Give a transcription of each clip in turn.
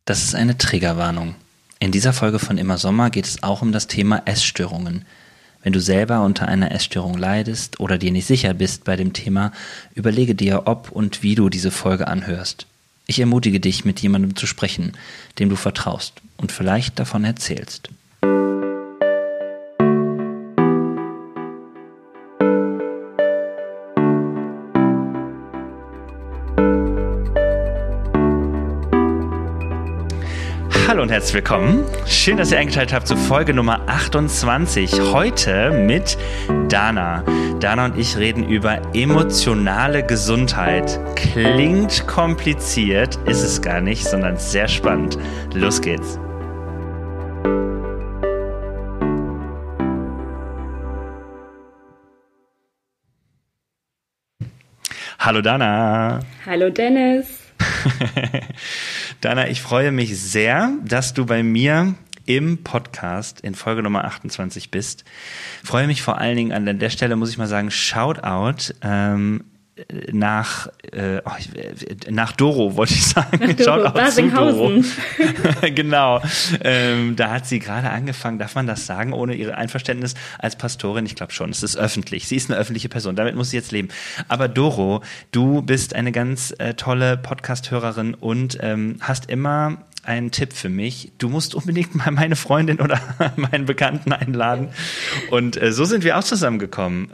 Das ist eine Triggerwarnung. In dieser Folge von Immer Sommer geht es auch um das Thema Essstörungen. Wenn du selber unter einer Essstörung leidest oder dir nicht sicher bist bei dem Thema, überlege dir, ob und wie du diese Folge anhörst. Ich ermutige dich, mit jemandem zu sprechen, dem du vertraust und vielleicht davon erzählst. Hallo und herzlich willkommen. Schön, dass ihr eingeschaltet habt zu Folge Nummer 28. Heute mit Dana. Dana und ich reden über emotionale Gesundheit. Klingt kompliziert, ist es gar nicht, sondern sehr spannend. Los geht's. Hallo Dana. Hallo Dennis. Dana, ich freue mich sehr, dass du bei mir im Podcast in Folge Nummer 28 bist. Freue mich vor allen Dingen an der Stelle, muss ich mal sagen, Shoutout nach Doro, wollte ich sagen. Shoutout zu Doro. Genau. Da hat sie gerade angefangen, darf man das sagen, ohne ihr Einverständnis als Pastorin? Ich glaube schon, es ist öffentlich. Sie ist eine öffentliche Person, damit muss sie jetzt leben. Aber Doro, du bist eine ganz tolle Podcast-Hörerin und hast immer einen Tipp für mich. Du musst unbedingt mal meine Freundin oder meinen Bekannten einladen. Und so sind wir auch zusammengekommen.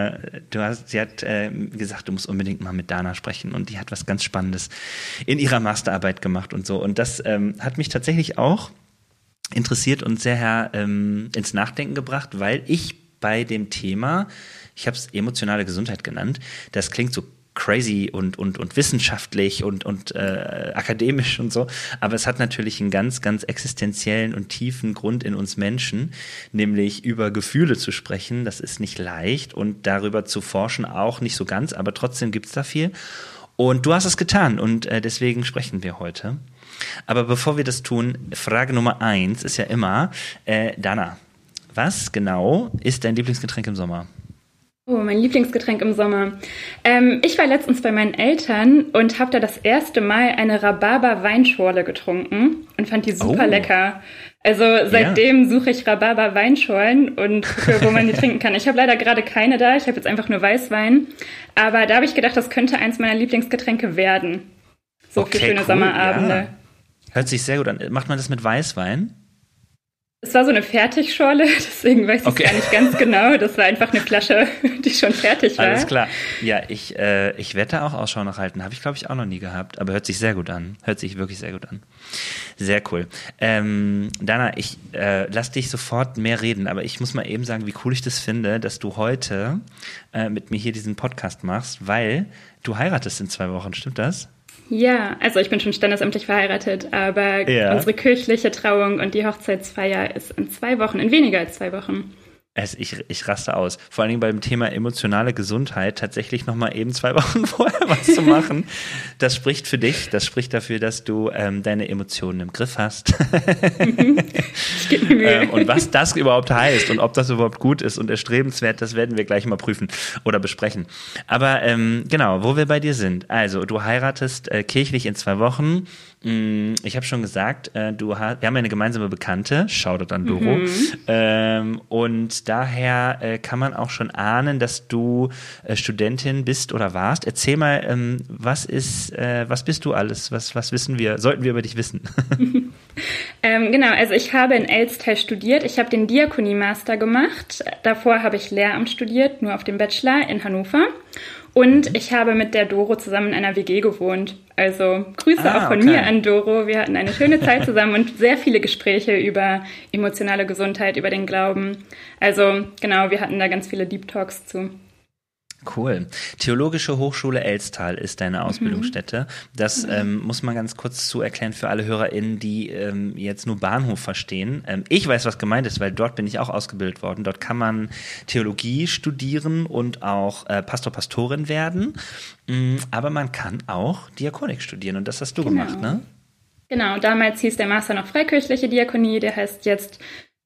Sie hat gesagt, du musst unbedingt mal mit Dana sprechen. Und die hat was ganz Spannendes in ihrer Masterarbeit gemacht und so. Und das hat mich tatsächlich auch interessiert und sehr ins Nachdenken gebracht, weil ich bei dem Thema, ich habe es emotionale Gesundheit genannt, das klingt so crazy und wissenschaftlich und akademisch und so, aber es hat natürlich einen ganz, ganz existenziellen und tiefen Grund in uns Menschen, nämlich über Gefühle zu sprechen, das ist nicht leicht und darüber zu forschen auch nicht so ganz, aber trotzdem gibt's da viel und du hast es getan und deswegen sprechen wir heute. Aber bevor wir das tun, Frage Nummer 1 ist ja immer, Dana, was genau ist dein Lieblingsgetränk im Sommer? Oh, mein Lieblingsgetränk im Sommer. Ich war letztens bei meinen Eltern und habe da das erste Mal eine Rhabarber-Weinschorle getrunken und fand die super lecker. Also seitdem suche ich Rhabarber-Weinschorlen und gucke, wo man die trinken kann. Ich habe leider gerade keine da, ich habe jetzt einfach nur Weißwein. Aber da habe ich gedacht, das könnte eins meiner Lieblingsgetränke werden. So für schöne Sommerabende. Ja. Hört sich sehr gut an. Macht man das mit Weißwein? Es war so eine Fertigschorle, deswegen weiß ich gar nicht ganz genau. Das war einfach eine Flasche, die schon fertig war. Alles klar. Ja, ich werde da auch Ausschau nach halten. Habe ich, glaube ich, auch noch nie gehabt. Aber hört sich sehr gut an. Hört sich wirklich sehr gut an. Sehr cool. Dana, ich lass dich sofort mehr reden. Aber ich muss mal eben sagen, wie cool ich das finde, dass du heute mit mir hier diesen Podcast machst, weil du heiratest in 2 Wochen. Stimmt das? Ja, also ich bin schon standesamtlich verheiratet, aber unsere kirchliche Trauung und die Hochzeitsfeier ist in 2 Wochen, in weniger als 2 Wochen. Ich raste aus. Vor allen Dingen beim Thema emotionale Gesundheit tatsächlich nochmal eben 2 Wochen vorher was zu machen. Das spricht für dich, das spricht dafür, dass du deine Emotionen im Griff hast. Ich gebe mir Mühe. Und was das überhaupt heißt und ob das überhaupt gut ist und erstrebenswert, das werden wir gleich mal prüfen oder besprechen. Aber genau, wo wir bei dir sind. Also du heiratest kirchlich in 2 Wochen. Ich habe schon gesagt, wir haben eine gemeinsame Bekannte, Shoutout an Doro, und daher kann man auch schon ahnen, dass du Studentin bist oder warst. Erzähl mal, was bist du alles? Was wissen wir? Sollten wir über dich wissen? Genau, also ich habe in Elstall studiert. Ich habe den Diakonie-Master gemacht. Davor habe ich Lehramt studiert, nur auf dem Bachelor in Hannover. Und ich habe mit der Doro zusammen in einer WG gewohnt. Also Grüße auch von mir an Doro. Wir hatten eine schöne Zeit zusammen und sehr viele Gespräche über emotionale Gesundheit, über den Glauben. Also genau, wir hatten da ganz viele Deep Talks zu. Cool. Theologische Hochschule Elstall ist deine Ausbildungsstätte. Das muss man ganz kurz zu erklären für alle HörerInnen, die jetzt nur Bahnhof verstehen. Ich weiß, was gemeint ist, weil dort bin ich auch ausgebildet worden. Dort kann man Theologie studieren und auch Pastor, Pastorin werden. Aber man kann auch Diakonik studieren und das hast du gemacht, ne? Genau, damals hieß der Master noch Freikirchliche Diakonie, der heißt jetzt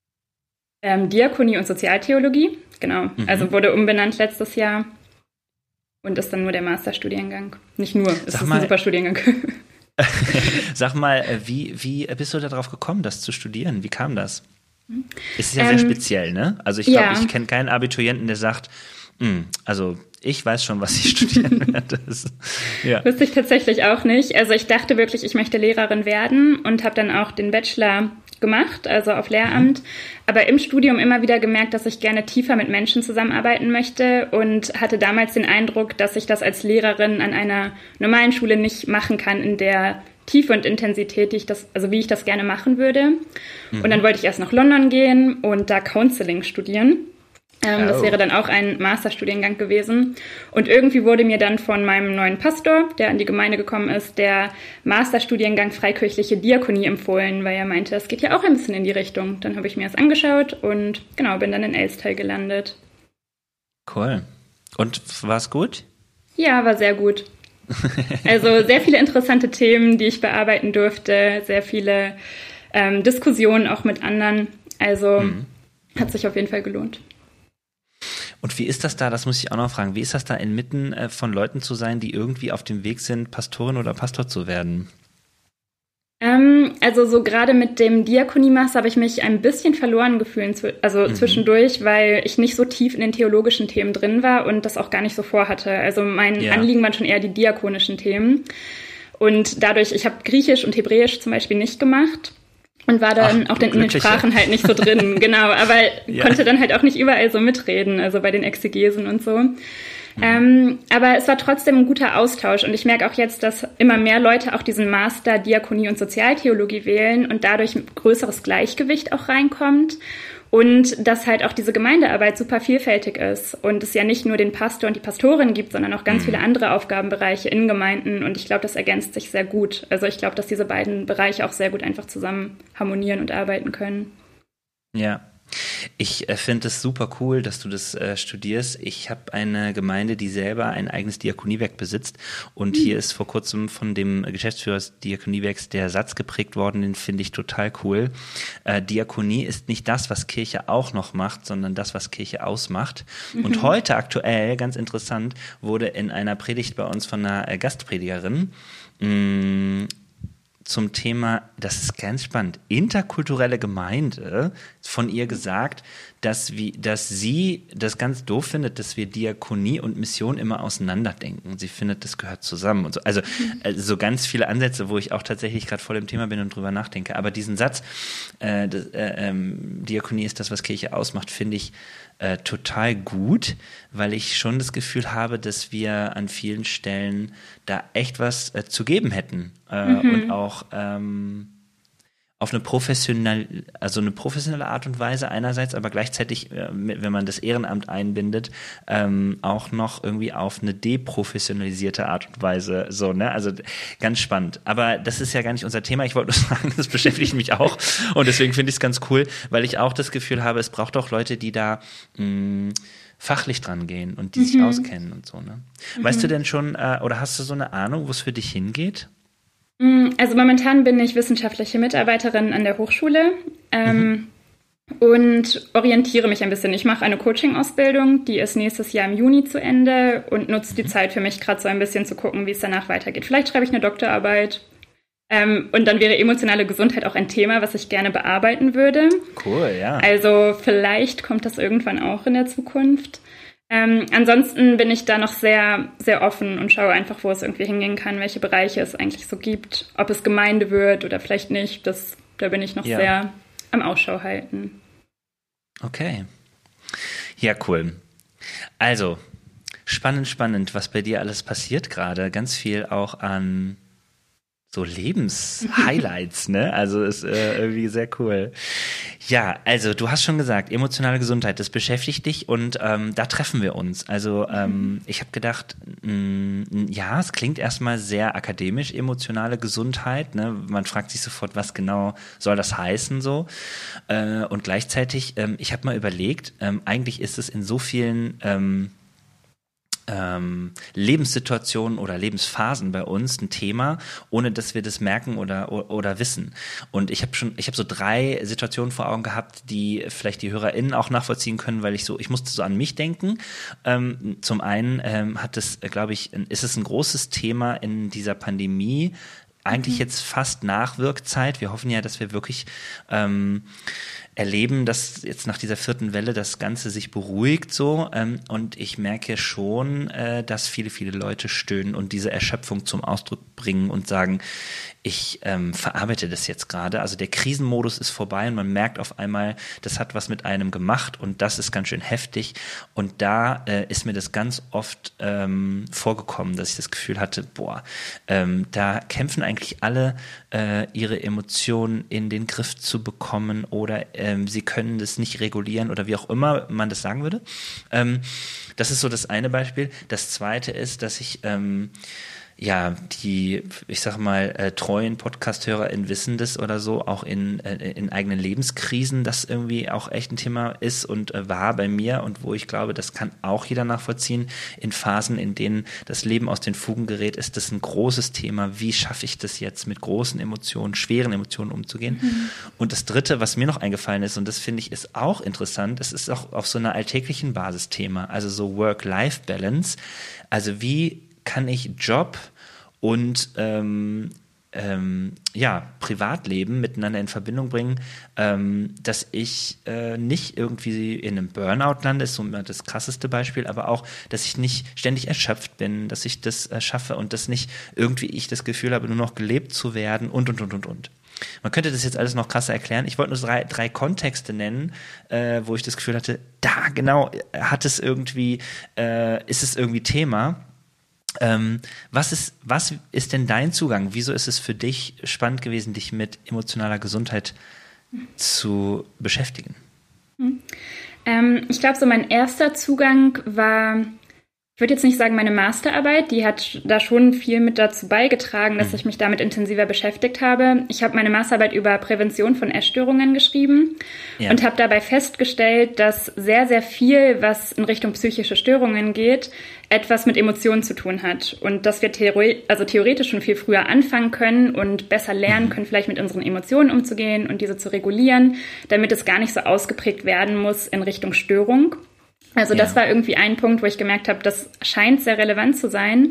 Diakonie und Sozialtheologie. Genau, also wurde umbenannt letztes Jahr. Und ist dann nur der Masterstudiengang. Nicht nur, es ist ein super Studiengang. Sag mal, wie bist du darauf gekommen, das zu studieren? Wie kam das? Es ist ja sehr speziell, ne? Also ich glaube, ich kenne keinen Abiturienten, der sagt, also ich weiß schon, was ich studieren werde. Wusste ich tatsächlich auch nicht. Also ich dachte wirklich, ich möchte Lehrerin werden und habe dann auch den Bachelor gemacht, also auf Lehramt, aber im Studium immer wieder gemerkt, dass ich gerne tiefer mit Menschen zusammenarbeiten möchte und hatte damals den Eindruck, dass ich das als Lehrerin an einer normalen Schule nicht machen kann in der Tiefe und Intensität, wie ich das gerne machen würde. Und dann wollte ich erst nach London gehen und da Counseling studieren. Das wäre dann auch ein Masterstudiengang gewesen. Und irgendwie wurde mir dann von meinem neuen Pastor, der an die Gemeinde gekommen ist, der Masterstudiengang Freikirchliche Diakonie empfohlen, weil er meinte, das geht ja auch ein bisschen in die Richtung. Dann habe ich mir das angeschaut und bin dann in Elstal gelandet. Cool. Und war es gut? Ja, war sehr gut. Also sehr viele interessante Themen, die ich bearbeiten durfte, sehr viele Diskussionen auch mit anderen. Also hat sich auf jeden Fall gelohnt. Und wie ist das da, das muss ich auch noch fragen, wie ist das da inmitten von Leuten zu sein, die irgendwie auf dem Weg sind, Pastorin oder Pastor zu werden? Also so gerade mit dem Diakoniemaster habe ich mich ein bisschen verloren gefühlt, zwischendurch, weil ich nicht so tief in den theologischen Themen drin war und das auch gar nicht so vorhatte. Also mein Anliegen waren schon eher die diakonischen Themen. Und dadurch, ich habe Griechisch und Hebräisch zum Beispiel nicht gemacht. Und war dann auch in den Sprachen halt nicht so drin, genau. Aber konnte dann halt auch nicht überall so mitreden, also bei den Exegesen und so. Aber es war trotzdem ein guter Austausch. Und ich merke auch jetzt, dass immer mehr Leute auch diesen Master Diakonie und Sozialtheologie wählen und dadurch ein größeres Gleichgewicht auch reinkommt. Und dass halt auch diese Gemeindearbeit super vielfältig ist und es ja nicht nur den Pastor und die Pastorin gibt, sondern auch ganz viele andere Aufgabenbereiche in Gemeinden. Und ich glaube, das ergänzt sich sehr gut. Also ich glaube, dass diese beiden Bereiche auch sehr gut einfach zusammen harmonieren und arbeiten können. Ja. Ich finde es super cool, dass du das studierst. Ich habe eine Gemeinde, die selber ein eigenes Diakoniewerk besitzt und hier ist vor kurzem von dem Geschäftsführer des Diakoniewerks der Satz geprägt worden, den finde ich total cool. Diakonie ist nicht das, was Kirche auch noch macht, sondern das, was Kirche ausmacht. Und heute aktuell, ganz interessant, wurde in einer Predigt bei uns von einer Gastpredigerin zum Thema, das ist ganz spannend, interkulturelle Gemeinde, von ihr gesagt, dass sie das ganz doof findet, dass wir Diakonie und Mission immer auseinanderdenken. Sie findet, das gehört zusammen und so. Also so ganz viele Ansätze, wo ich auch tatsächlich gerade voll im Thema bin und drüber nachdenke. Aber diesen Satz, Diakonie ist das, was Kirche ausmacht, finde ich total gut, weil ich schon das Gefühl habe, dass wir an vielen Stellen da echt was zu geben hätten und auch auf eine professionelle Art und Weise einerseits, aber gleichzeitig, wenn man das Ehrenamt einbindet, auch noch irgendwie auf eine deprofessionalisierte Art und Weise, so, ne? Also ganz spannend. Aber das ist ja gar nicht unser Thema. Ich wollte nur sagen, das beschäftigt mich auch und deswegen finde ich es ganz cool, weil ich auch das Gefühl habe, es braucht auch Leute, die da fachlich dran gehen und die sich auskennen und so, ne? Weißt du denn schon, oder hast du so eine Ahnung, wo es für dich hingeht? Also momentan bin ich wissenschaftliche Mitarbeiterin an der Hochschule und orientiere mich ein bisschen. Ich mache eine Coaching-Ausbildung, die ist nächstes Jahr im Juni zu Ende und nutze die Zeit für mich gerade so ein bisschen zu gucken, wie es danach weitergeht. Vielleicht schreibe ich eine Doktorarbeit und dann wäre emotionale Gesundheit auch ein Thema, was ich gerne bearbeiten würde. Cool, ja. Also vielleicht kommt das irgendwann auch in der Zukunft. Ansonsten bin ich da noch sehr, sehr offen und schaue einfach, wo es irgendwie hingehen kann, welche Bereiche es eigentlich so gibt, ob es Gemeinde wird oder vielleicht nicht. Da bin ich noch sehr am Ausschau halten. Okay. Ja, cool. Also, spannend, was bei dir alles passiert gerade. Ganz viel auch an so Lebenshighlights, ne? Also ist irgendwie sehr cool. Ja, also du hast schon gesagt, emotionale Gesundheit, das beschäftigt dich und da treffen wir uns. Also ich habe gedacht, ja, es klingt erstmal sehr akademisch, emotionale Gesundheit, ne? Man fragt sich sofort, was genau soll das heißen so? Und gleichzeitig, ich habe mal überlegt, eigentlich ist es in so vielen Lebenssituationen oder Lebensphasen bei uns ein Thema, ohne dass wir das merken oder wissen. Und ich habe so 3 Situationen vor Augen gehabt, die vielleicht die HörerInnen auch nachvollziehen können, weil ich musste so an mich denken. Zum einen ist es ein großes Thema in dieser Pandemie, eigentlich jetzt fast Nachwirkzeit. Wir hoffen ja, dass wir wirklich erleben, dass jetzt nach dieser 4. Welle das Ganze sich beruhigt so. Und ich merke schon, dass viele, viele Leute stöhnen und diese Erschöpfung zum Ausdruck bringen und sagen, ich verarbeite das jetzt gerade. Also der Krisenmodus ist vorbei und man merkt auf einmal, das hat was mit einem gemacht und das ist ganz schön heftig. Und da ist mir das ganz oft vorgekommen, dass ich das Gefühl hatte, da kämpfen eigentlich alle, ihre Emotionen in den Griff zu bekommen oder sie können das nicht regulieren oder wie auch immer man das sagen würde. Das ist so das eine Beispiel. Das zweite ist, dass ich ich sag mal, treuen Podcast-HörerInnen wissen das oder so, auch in eigenen Lebenskrisen, das irgendwie auch echt ein Thema ist und war bei mir und wo ich glaube, das kann auch jeder nachvollziehen. In Phasen, in denen das Leben aus den Fugen gerät, ist das ein großes Thema. Wie schaffe ich das jetzt, mit großen Emotionen, schweren Emotionen umzugehen? Und das Dritte, was mir noch eingefallen ist, und das finde ich ist auch interessant, es ist auch auf so einer alltäglichen Basis Thema, also so Work-Life-Balance. Also wie kann ich Job und Privatleben miteinander in Verbindung bringen, dass ich nicht irgendwie in einem Burnout lande, ist so das krasseste Beispiel, aber auch, dass ich nicht ständig erschöpft bin, dass ich das schaffe und dass nicht irgendwie ich das Gefühl habe, nur noch gelebt zu werden und. Man könnte das jetzt alles noch krasser erklären. Ich wollte nur drei Kontexte nennen, wo ich das Gefühl hatte, da genau ist es irgendwie Thema. Was ist denn dein Zugang? Wieso ist es für dich spannend gewesen, dich mit emotionaler Gesundheit zu beschäftigen? Ich glaube, so mein erster Zugang war, ich würde jetzt nicht sagen meine Masterarbeit, die hat da schon viel mit dazu beigetragen, dass ich mich damit intensiver beschäftigt habe. Ich habe meine Masterarbeit über Prävention von Essstörungen geschrieben und habe dabei festgestellt, dass sehr, sehr viel, was in Richtung psychische Störungen geht, etwas mit Emotionen zu tun hat und dass wir theoretisch schon viel früher anfangen können und besser lernen können, vielleicht mit unseren Emotionen umzugehen und diese zu regulieren, damit es gar nicht so ausgeprägt werden muss in Richtung Störung. Also das war irgendwie ein Punkt, wo ich gemerkt habe, das scheint sehr relevant zu sein.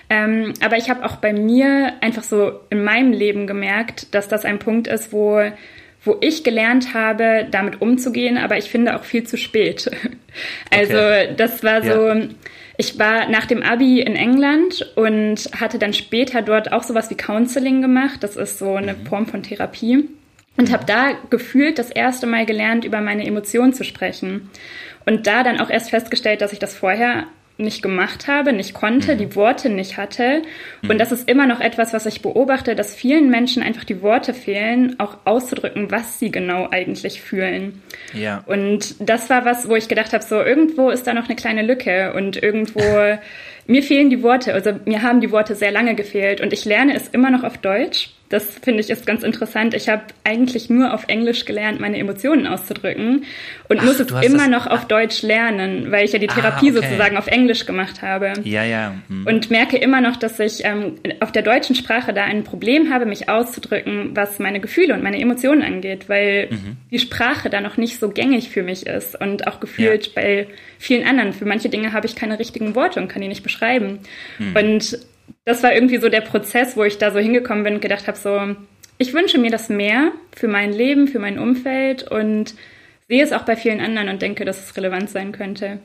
Aber ich habe auch bei mir einfach so in meinem Leben gemerkt, dass das ein Punkt ist, wo ich gelernt habe, damit umzugehen, aber ich finde auch viel zu spät. Also das war so, ich war nach dem Abi in England und hatte dann später dort auch sowas wie Counseling gemacht. Das ist so eine Form von Therapie. Und habe da gefühlt das erste Mal gelernt, über meine Emotionen zu sprechen. Und da dann auch erst festgestellt, dass ich das vorher nicht gemacht habe, nicht konnte, die Worte nicht hatte. Und das ist immer noch etwas, was ich beobachte, dass vielen Menschen einfach die Worte fehlen, auch auszudrücken, was sie genau eigentlich fühlen. Ja. Und das war was, wo ich gedacht habe, so irgendwo ist da noch eine kleine Lücke und irgendwo mir fehlen die Worte. Also mir haben die Worte sehr lange gefehlt und ich lerne es immer noch auf Deutsch. Das finde ich ist ganz interessant. Ich habe eigentlich nur auf Englisch gelernt, meine Emotionen auszudrücken und muss es immer noch auf Deutsch lernen, weil ich ja die Therapie sozusagen auf Englisch gemacht habe. Ja. Und merke immer noch, dass ich auf der deutschen Sprache da ein Problem habe, mich auszudrücken, was meine Gefühle und meine Emotionen angeht, weil die Sprache da noch nicht so gängig für mich ist und auch gefühlt bei vielen anderen. Für manche Dinge habe ich keine richtigen Worte und kann die nicht beschreiben. Und das war irgendwie so der Prozess, wo ich da so hingekommen bin und gedacht habe, so, ich wünsche mir das mehr für mein Leben, für mein Umfeld und sehe es auch bei vielen anderen und denke, dass es relevant sein könnte.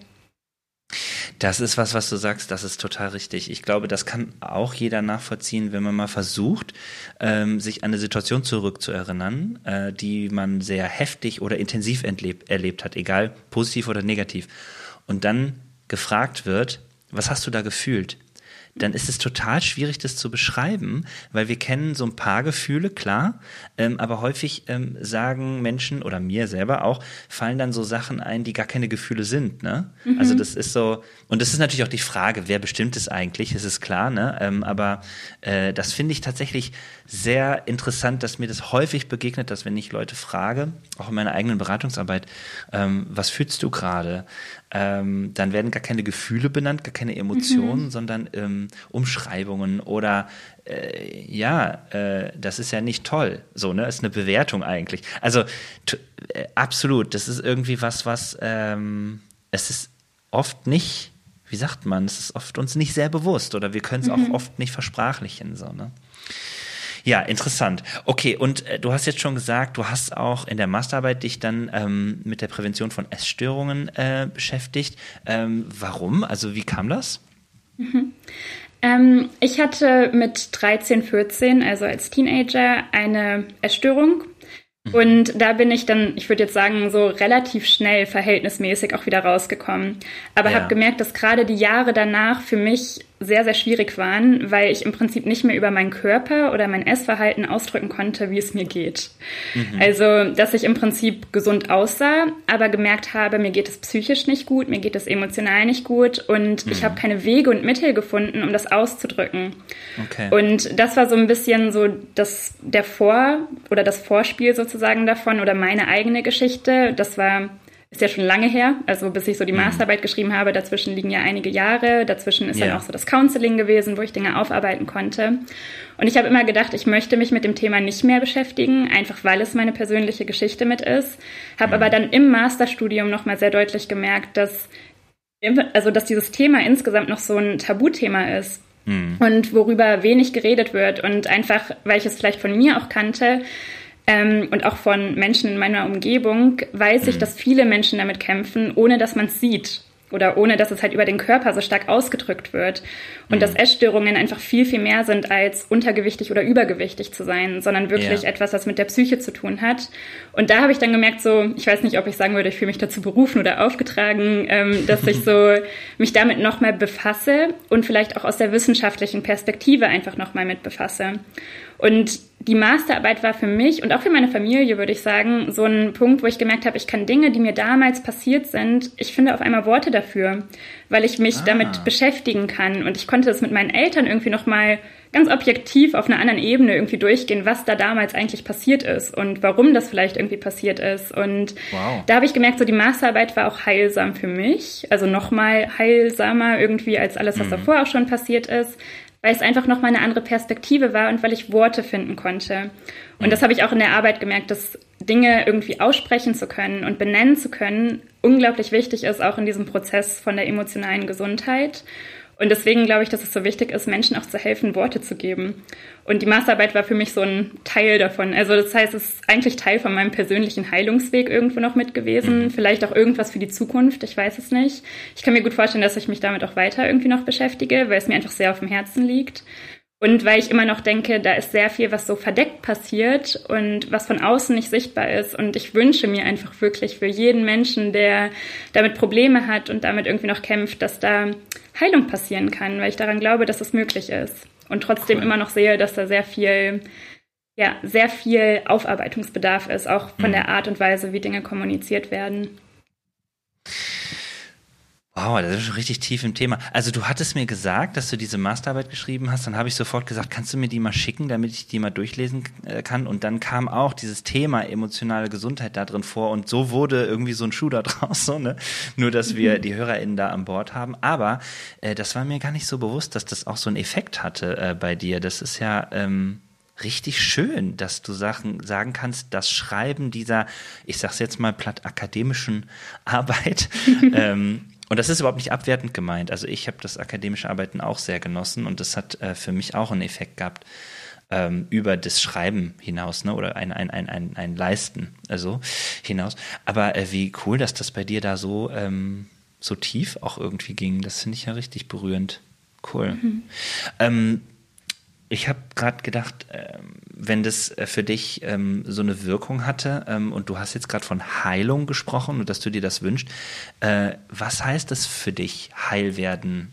Das ist was du sagst, das ist total richtig. Ich glaube, das kann auch jeder nachvollziehen, wenn man mal versucht, sich an eine Situation zurückzuerinnern, die man sehr heftig oder intensiv erlebt hat, egal positiv oder negativ. Und dann gefragt wird, was hast du da gefühlt? Dann ist es total schwierig, das zu beschreiben, weil wir kennen so ein paar Gefühle, klar, aber häufig sagen Menschen oder mir selber auch, fallen dann so Sachen ein, die gar keine Gefühle sind, ne? Also das ist so, und das ist natürlich auch die Frage, wer bestimmt es eigentlich, das ist klar, ne? Aber das finde ich tatsächlich sehr interessant, dass mir das häufig begegnet, dass wenn ich Leute frage, auch in meiner eigenen Beratungsarbeit, was fühlst du gerade? Dann werden gar keine Gefühle benannt, gar keine Emotionen, sondern Umschreibungen oder das ist ja nicht toll, so, ne, ist eine Bewertung eigentlich. Also absolut, das ist irgendwie was es ist oft nicht, wie sagt man, es ist oft uns nicht sehr bewusst oder wir können es auch oft nicht versprachlichen, so, ne. Ja, interessant. Okay, und du hast jetzt schon gesagt, du hast auch in der Masterarbeit dich dann mit der Prävention von Essstörungen beschäftigt. Warum? Also wie kam das? Ich hatte mit 13, 14, also als Teenager, eine Essstörung. Und da bin ich dann, ich würde jetzt sagen, so relativ schnell verhältnismäßig auch wieder rausgekommen. Aber habe gemerkt, dass gerade die Jahre danach für mich sehr, sehr schwierig waren, weil ich im Prinzip nicht mehr über meinen Körper oder mein Essverhalten ausdrücken konnte, wie es mir geht. Also, dass ich im Prinzip gesund aussah, aber gemerkt habe, mir geht es psychisch nicht gut, mir geht es emotional nicht gut und ich habe keine Wege und Mittel gefunden, um das auszudrücken. Okay. Und das war so ein bisschen so das Vorspiel sozusagen davon oder meine eigene Geschichte. Ist ja schon lange her, also bis ich so die Masterarbeit geschrieben habe, dazwischen liegen ja einige Jahre, dazwischen ist dann auch so das Counseling gewesen, wo ich Dinge aufarbeiten konnte. Und ich habe immer gedacht, ich möchte mich mit dem Thema nicht mehr beschäftigen, einfach weil es meine persönliche Geschichte mit ist. Habe aber dann im Masterstudium nochmal sehr deutlich gemerkt, dass dieses Thema insgesamt noch so ein Tabuthema ist. Und worüber wenig geredet wird und einfach, weil ich es vielleicht von mir auch kannte, und auch von Menschen in meiner Umgebung weiß ich, dass viele Menschen damit kämpfen, ohne dass man es sieht oder ohne dass es halt über den Körper so stark ausgedrückt wird. Und dass Essstörungen einfach viel, viel mehr sind, als untergewichtig oder übergewichtig zu sein, sondern wirklich etwas, was mit der Psyche zu tun hat. Und da habe ich dann gemerkt, so, ich weiß nicht, ob ich sagen würde, ich fühle mich dazu berufen oder aufgetragen, dass ich so mich damit nochmal befasse und vielleicht auch aus der wissenschaftlichen Perspektive einfach nochmal mit befasse. Und die Masterarbeit war für mich und auch für meine Familie, würde ich sagen, so ein Punkt, wo ich gemerkt habe, ich kann Dinge, die mir damals passiert sind, ich finde auf einmal Worte dafür, weil ich mich damit beschäftigen kann. Und ich konnte das mit meinen Eltern irgendwie nochmal ganz objektiv auf einer anderen Ebene irgendwie durchgehen, was da damals eigentlich passiert ist und warum das vielleicht irgendwie passiert ist. Und da habe ich gemerkt, so die Masterarbeit war auch heilsam für mich, also nochmal heilsamer irgendwie als alles, was davor auch schon passiert ist, weil es einfach nochmal eine andere Perspektive war und weil ich Worte finden konnte. Und das habe ich auch in der Arbeit gemerkt, dass Dinge irgendwie aussprechen zu können und benennen zu können unglaublich wichtig ist, auch in diesem Prozess von der emotionalen Gesundheit. Und deswegen glaube ich, dass es so wichtig ist, Menschen auch zu helfen, Worte zu geben. Und die Masterarbeit war für mich so ein Teil davon. Also das heißt, es ist eigentlich Teil von meinem persönlichen Heilungsweg irgendwo noch mit gewesen. Vielleicht auch irgendwas für die Zukunft, ich weiß es nicht. Ich kann mir gut vorstellen, dass ich mich damit auch weiter irgendwie noch beschäftige, weil es mir einfach sehr auf dem Herzen liegt. Und weil ich immer noch denke, da ist sehr viel, was so verdeckt passiert und was von außen nicht sichtbar ist. Und ich wünsche mir einfach wirklich für jeden Menschen, der damit Probleme hat und damit irgendwie noch kämpft, dass da Heilung passieren kann, weil ich daran glaube, dass es möglich ist. Und trotzdem immer noch sehe, dass da sehr viel Aufarbeitungsbedarf ist, auch von der Art und Weise, wie Dinge kommuniziert werden. Wow, das ist schon richtig tief im Thema. Also du hattest mir gesagt, dass du diese Masterarbeit geschrieben hast, dann habe ich sofort gesagt, kannst du mir die mal schicken, damit ich die mal durchlesen kann? Und dann kam auch dieses Thema emotionale Gesundheit da drin vor und so wurde irgendwie so ein Schuh da draus, so, ne? Nur, dass wir die HörerInnen da an Bord haben. Aber das war mir gar nicht so bewusst, dass das auch so einen Effekt hatte bei dir. Das ist ja richtig schön, dass du sagen kannst, das Schreiben dieser, ich sag's jetzt mal platt, akademischen Arbeit, und das ist überhaupt nicht abwertend gemeint. Also ich habe das akademische Arbeiten auch sehr genossen und das hat für mich auch einen Effekt gehabt über das Schreiben hinaus, ne? Oder ein Leisten also hinaus. Aber wie cool, dass das bei dir da so tief auch irgendwie ging. Das finde ich ja richtig berührend. Cool. Ich habe gerade gedacht, wenn das für dich so eine Wirkung hatte und du hast jetzt gerade von Heilung gesprochen und dass du dir das wünschst, was heißt das für dich, heil werden?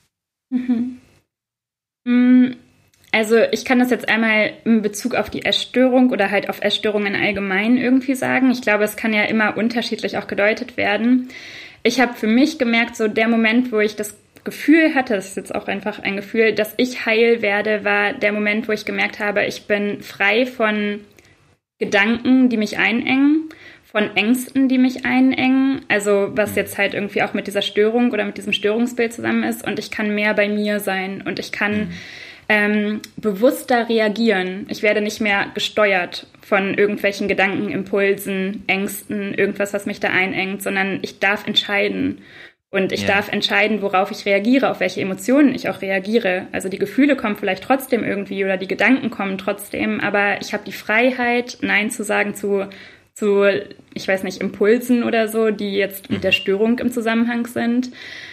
Also ich kann das jetzt einmal in Bezug auf die Essstörung oder halt auf Essstörungen allgemein irgendwie sagen. Ich glaube, es kann ja immer unterschiedlich auch gedeutet werden. Ich habe für mich gemerkt, so der Moment, wo ich das Gefühl hatte, das ist jetzt auch einfach ein Gefühl, dass ich heil werde, war der Moment, wo ich gemerkt habe, ich bin frei von Gedanken, die mich einengen, von Ängsten, die mich einengen, also was jetzt halt irgendwie auch mit dieser Störung oder mit diesem Störungsbild zusammen ist und ich kann mehr bei mir sein und ich kann bewusster reagieren. Ich werde nicht mehr gesteuert von irgendwelchen Gedanken, Impulsen, Ängsten, irgendwas, was mich da einengt, sondern ich darf entscheiden. Und ich darf entscheiden, worauf ich reagiere, auf welche Emotionen ich auch reagiere. Also die Gefühle kommen vielleicht trotzdem irgendwie oder die Gedanken kommen trotzdem, aber ich habe die Freiheit, Nein zu sagen zu, ich weiß nicht, Impulsen oder so, die jetzt mit der Störung im Zusammenhang sind.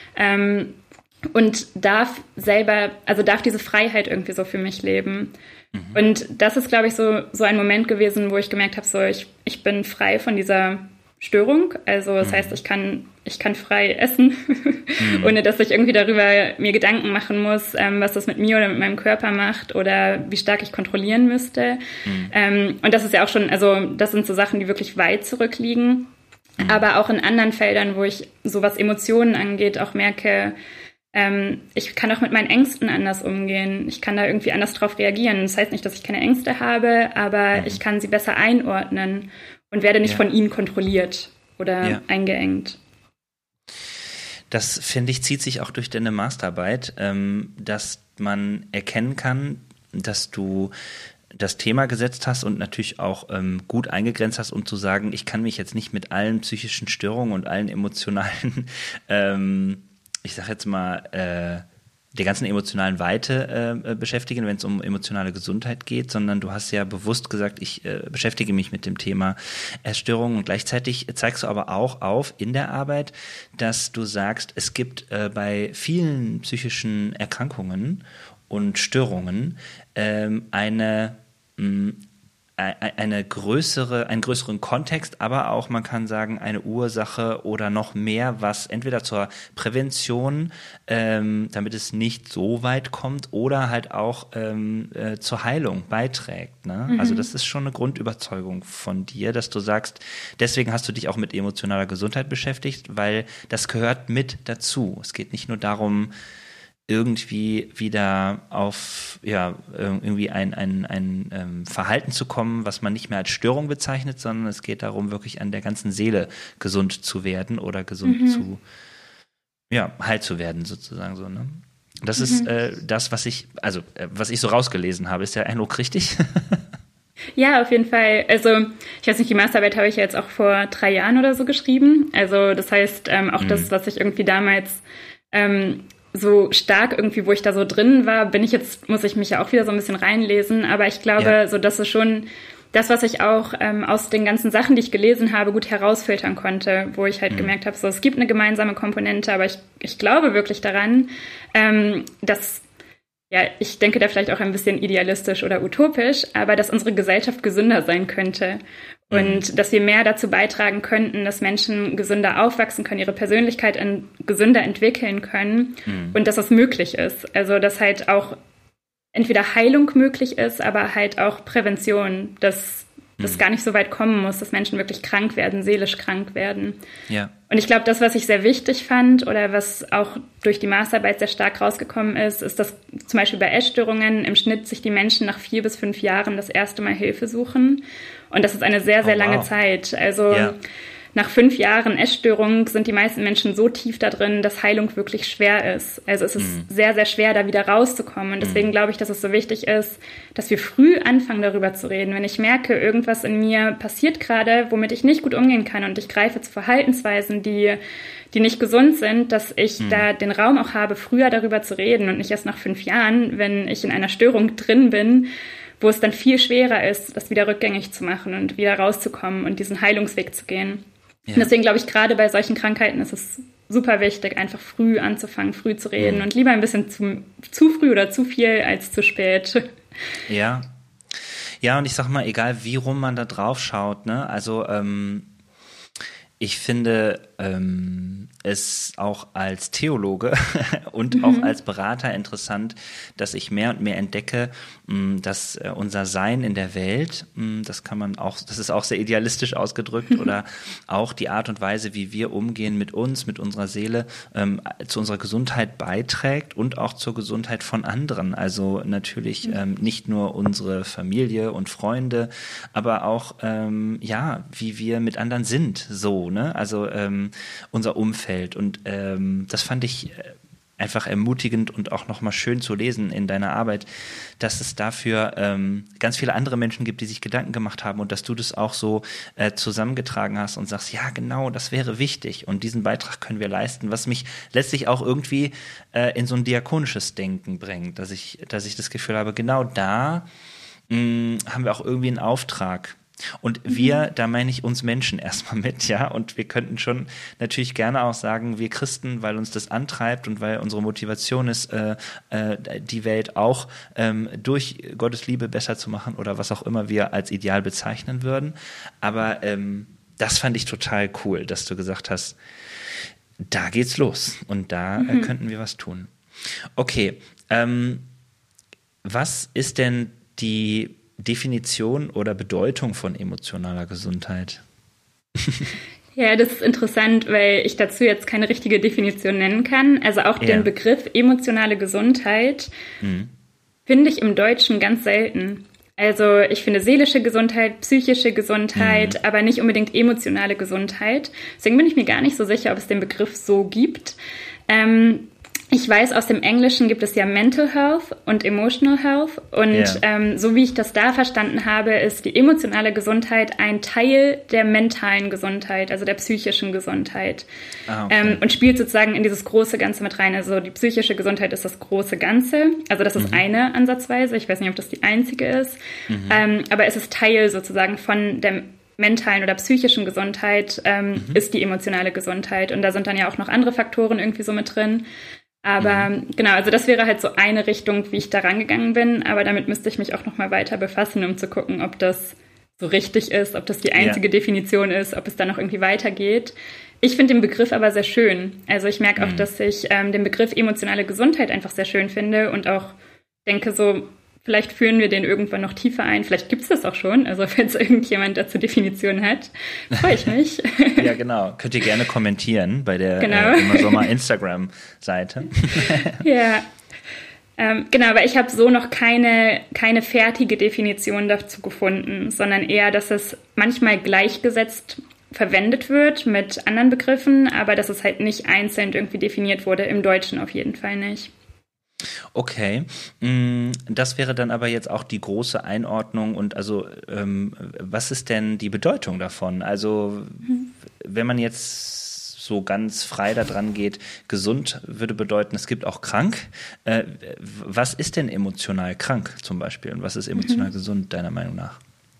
Und darf diese Freiheit irgendwie so für mich leben. Und das ist, glaube ich, so ein Moment gewesen, wo ich gemerkt habe, so ich bin frei von dieser Störung. Also das heißt, ich kann frei essen, ohne dass ich irgendwie darüber mir Gedanken machen muss, was das mit mir oder mit meinem Körper macht oder wie stark ich kontrollieren müsste. Und das ist ja auch schon, also das sind so Sachen, die wirklich weit zurückliegen. Aber auch in anderen Feldern, wo ich so was Emotionen angeht, auch merke, ich kann auch mit meinen Ängsten anders umgehen. Ich kann da irgendwie anders drauf reagieren. Das heißt nicht, dass ich keine Ängste habe, aber ich kann sie besser einordnen und werde nicht von ihnen kontrolliert oder eingeengt. Das, finde ich, zieht sich auch durch deine Masterarbeit, dass man erkennen kann, dass du das Thema gesetzt hast und natürlich auch gut eingegrenzt hast, um zu sagen, ich kann mich jetzt nicht mit allen psychischen Störungen und allen emotionalen ich sag jetzt mal, der ganzen emotionalen Weite beschäftigen, wenn es um emotionale Gesundheit geht, sondern du hast ja bewusst gesagt, ich beschäftige mich mit dem Thema Essstörungen und gleichzeitig zeigst du aber auch auf in der Arbeit, dass du sagst, es gibt bei vielen psychischen Erkrankungen und Störungen einen größeren Kontext, aber auch, man kann sagen, eine Ursache oder noch mehr, was entweder zur Prävention, damit es nicht so weit kommt, oder halt auch zur Heilung beiträgt. Ne? Also das ist schon eine Grundüberzeugung von dir, dass du sagst, deswegen hast du dich auch mit emotionaler Gesundheit beschäftigt, weil das gehört mit dazu. Es geht nicht nur darum, irgendwie wieder auf irgendwie ein Verhalten zu kommen, was man nicht mehr als Störung bezeichnet, sondern es geht darum, wirklich an der ganzen Seele gesund zu werden oder gesund heil zu werden, sozusagen so, ne? Das ist das, was ich so rausgelesen habe. Ist der Eindruck richtig? Ja, auf jeden Fall. Also ich weiß nicht, die Masterarbeit habe ich ja jetzt auch vor 3 Jahren oder so geschrieben. Also das heißt, auch das, was ich irgendwie damals so stark irgendwie, wo ich da so drin war, muss ich mich ja auch wieder so ein bisschen reinlesen. Aber ich glaube, so das ist schon das, was ich auch aus den ganzen Sachen, die ich gelesen habe, gut herausfiltern konnte, wo ich halt gemerkt habe, so es gibt eine gemeinsame Komponente, aber ich glaube wirklich daran, dass ich denke da vielleicht auch ein bisschen idealistisch oder utopisch, aber dass unsere Gesellschaft gesünder sein könnte und dass wir mehr dazu beitragen könnten, dass Menschen gesünder aufwachsen können, ihre Persönlichkeit gesünder entwickeln können und dass das möglich ist. Also dass halt auch entweder Heilung möglich ist, aber halt auch Prävention, dass das gar nicht so weit kommen muss, dass Menschen wirklich krank werden, seelisch krank werden. Ja. Und ich glaube, das, was ich sehr wichtig fand oder was auch durch die Masterarbeit sehr stark rausgekommen ist, dass zum Beispiel bei Essstörungen im Schnitt sich die Menschen nach 4 bis 5 Jahren das erste Mal Hilfe suchen. Und das ist eine sehr, sehr lange Zeit. Also nach 5 Jahren Essstörung sind die meisten Menschen so tief da drin, dass Heilung wirklich schwer ist. Also es ist sehr, sehr schwer, da wieder rauszukommen. Und deswegen glaube ich, dass es so wichtig ist, dass wir früh anfangen, darüber zu reden. Wenn ich merke, irgendwas in mir passiert gerade, womit ich nicht gut umgehen kann und ich greife zu Verhaltensweisen, die nicht gesund sind, dass ich da den Raum auch habe, früher darüber zu reden und nicht erst nach 5 Jahren, wenn ich in einer Störung drin bin, wo es dann viel schwerer ist, das wieder rückgängig zu machen und wieder rauszukommen und diesen Heilungsweg zu gehen. Ja. Und deswegen glaube ich, gerade bei solchen Krankheiten ist es super wichtig, einfach früh anzufangen, früh zu reden und lieber ein bisschen zu früh oder zu viel als zu spät. Ja. Ja, und ich sag mal, egal wie rum man da drauf schaut, ne, also ich finde es auch als Theologe und auch als Berater interessant, dass ich mehr und mehr entdecke, dass unser Sein in der Welt, das ist auch sehr idealistisch ausgedrückt, oder auch die Art und Weise, wie wir umgehen mit uns, mit unserer Seele, zu unserer Gesundheit beiträgt und auch zur Gesundheit von anderen. Also natürlich nicht nur unsere Familie und Freunde, aber auch wie wir mit anderen sind, so, ne? Also unser Umfeld. Und das fand ich einfach ermutigend und auch nochmal schön zu lesen in deiner Arbeit, dass es dafür ganz viele andere Menschen gibt, die sich Gedanken gemacht haben und dass du das auch so zusammengetragen hast und sagst, ja genau, das wäre wichtig und diesen Beitrag können wir leisten, was mich letztlich auch irgendwie in so ein diakonisches Denken bringt, dass ich das Gefühl habe, genau da haben wir auch irgendwie einen Auftrag. Und wir, da meine ich uns Menschen erstmal mit, ja, und wir könnten schon natürlich gerne auch sagen, wir Christen, weil uns das antreibt und weil unsere Motivation ist, die Welt auch durch Gottes Liebe besser zu machen oder was auch immer wir als ideal bezeichnen würden. Aber das fand ich total cool, dass du gesagt hast, da geht's los und da könnten wir was tun. Okay, was ist denn die Definition oder Bedeutung von emotionaler Gesundheit? Ja, das ist interessant, weil ich dazu jetzt keine richtige Definition nennen kann. Also auch den Begriff emotionale Gesundheit finde ich im Deutschen ganz selten. Also ich finde seelische Gesundheit, psychische Gesundheit, aber nicht unbedingt emotionale Gesundheit. Deswegen bin ich mir gar nicht so sicher, ob es den Begriff so gibt. Ich weiß, aus dem Englischen gibt es ja Mental Health und Emotional Health und so wie ich das da verstanden habe, ist die emotionale Gesundheit ein Teil der mentalen Gesundheit, also der psychischen Gesundheit und spielt sozusagen in dieses große Ganze mit rein. Also die psychische Gesundheit ist das große Ganze, also das ist eine Ansatzweise, ich weiß nicht, ob das die einzige ist, aber es ist Teil sozusagen von der mentalen oder psychischen Gesundheit, ist die emotionale Gesundheit und da sind dann ja auch noch andere Faktoren irgendwie so mit drin. Aber genau, also das wäre halt so eine Richtung, wie ich da rangegangen bin. Aber damit müsste ich mich auch noch mal weiter befassen, um zu gucken, ob das so richtig ist, ob das die einzige Definition ist, ob es da noch irgendwie weitergeht. Ich finde den Begriff aber sehr schön. Also ich merke auch, dass ich den Begriff emotionale Gesundheit einfach sehr schön finde und auch denke so, vielleicht führen wir den irgendwann noch tiefer ein. Vielleicht gibt es das auch schon. Also falls irgendjemand dazu Definitionen hat, freue ich mich. Ja, genau. Könnt ihr gerne kommentieren bei der Immer Sommer Instagram-Seite. Ja, genau. Aber ich habe so noch keine fertige Definition dazu gefunden, sondern eher, dass es manchmal gleichgesetzt verwendet wird mit anderen Begriffen, aber dass es halt nicht einzeln irgendwie definiert wurde, im Deutschen auf jeden Fall nicht. Okay, das wäre dann aber jetzt auch die große Einordnung und also was ist denn die Bedeutung davon? Also wenn man jetzt so ganz frei da dran geht, gesund würde bedeuten, es gibt auch krank. Was ist denn emotional krank zum Beispiel und was ist emotional gesund deiner Meinung nach?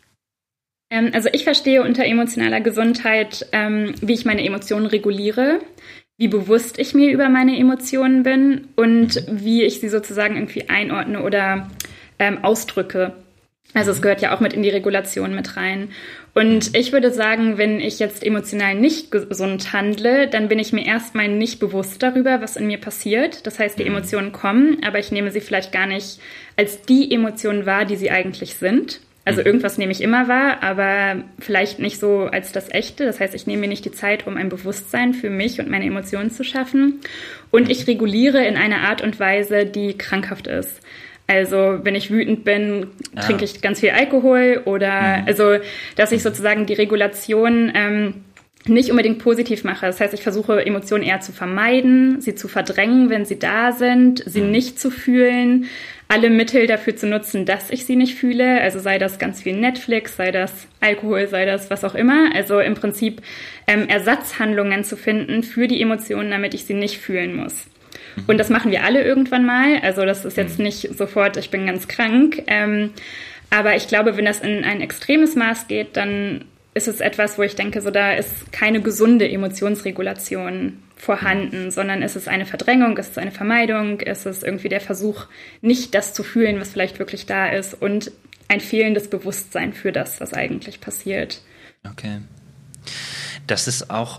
Also ich verstehe unter emotionaler Gesundheit, wie ich meine Emotionen reguliere, wie bewusst ich mir über meine Emotionen bin und wie ich sie sozusagen irgendwie einordne oder ausdrücke. Also es gehört ja auch mit in die Regulation mit rein. Und ich würde sagen, wenn ich jetzt emotional nicht gesund handle, dann bin ich mir erstmal nicht bewusst darüber, was in mir passiert. Das heißt, die Emotionen kommen, aber ich nehme sie vielleicht gar nicht als die Emotionen wahr, die sie eigentlich sind. Also irgendwas nehme ich immer wahr, aber vielleicht nicht so als das Echte. Das heißt, ich nehme mir nicht die Zeit, um ein Bewusstsein für mich und meine Emotionen zu schaffen. Und ich reguliere in einer Art und Weise, die krankhaft ist. Also wenn ich wütend bin, trinke ich ganz viel Alkohol oder also, dass ich sozusagen die Regulation nicht unbedingt positiv mache. Das heißt, ich versuche, Emotionen eher zu vermeiden, sie zu verdrängen, wenn sie da sind, sie nicht zu fühlen, alle Mittel dafür zu nutzen, dass ich sie nicht fühle. Also sei das ganz viel Netflix, sei das Alkohol, sei das was auch immer. Also im Prinzip Ersatzhandlungen zu finden für die Emotionen, damit ich sie nicht fühlen muss. Und das machen wir alle irgendwann mal. Also das ist jetzt nicht sofort, ich bin ganz krank. Aber ich glaube, wenn das in ein extremes Maß geht, dann ist es etwas, wo ich denke, so da ist keine gesunde Emotionsregulation vorhanden, sondern es ist eine Verdrängung, es ist eine Vermeidung, es ist irgendwie der Versuch, nicht das zu fühlen, was vielleicht wirklich da ist und ein fehlendes Bewusstsein für das, was eigentlich passiert. Okay. Das ist auch,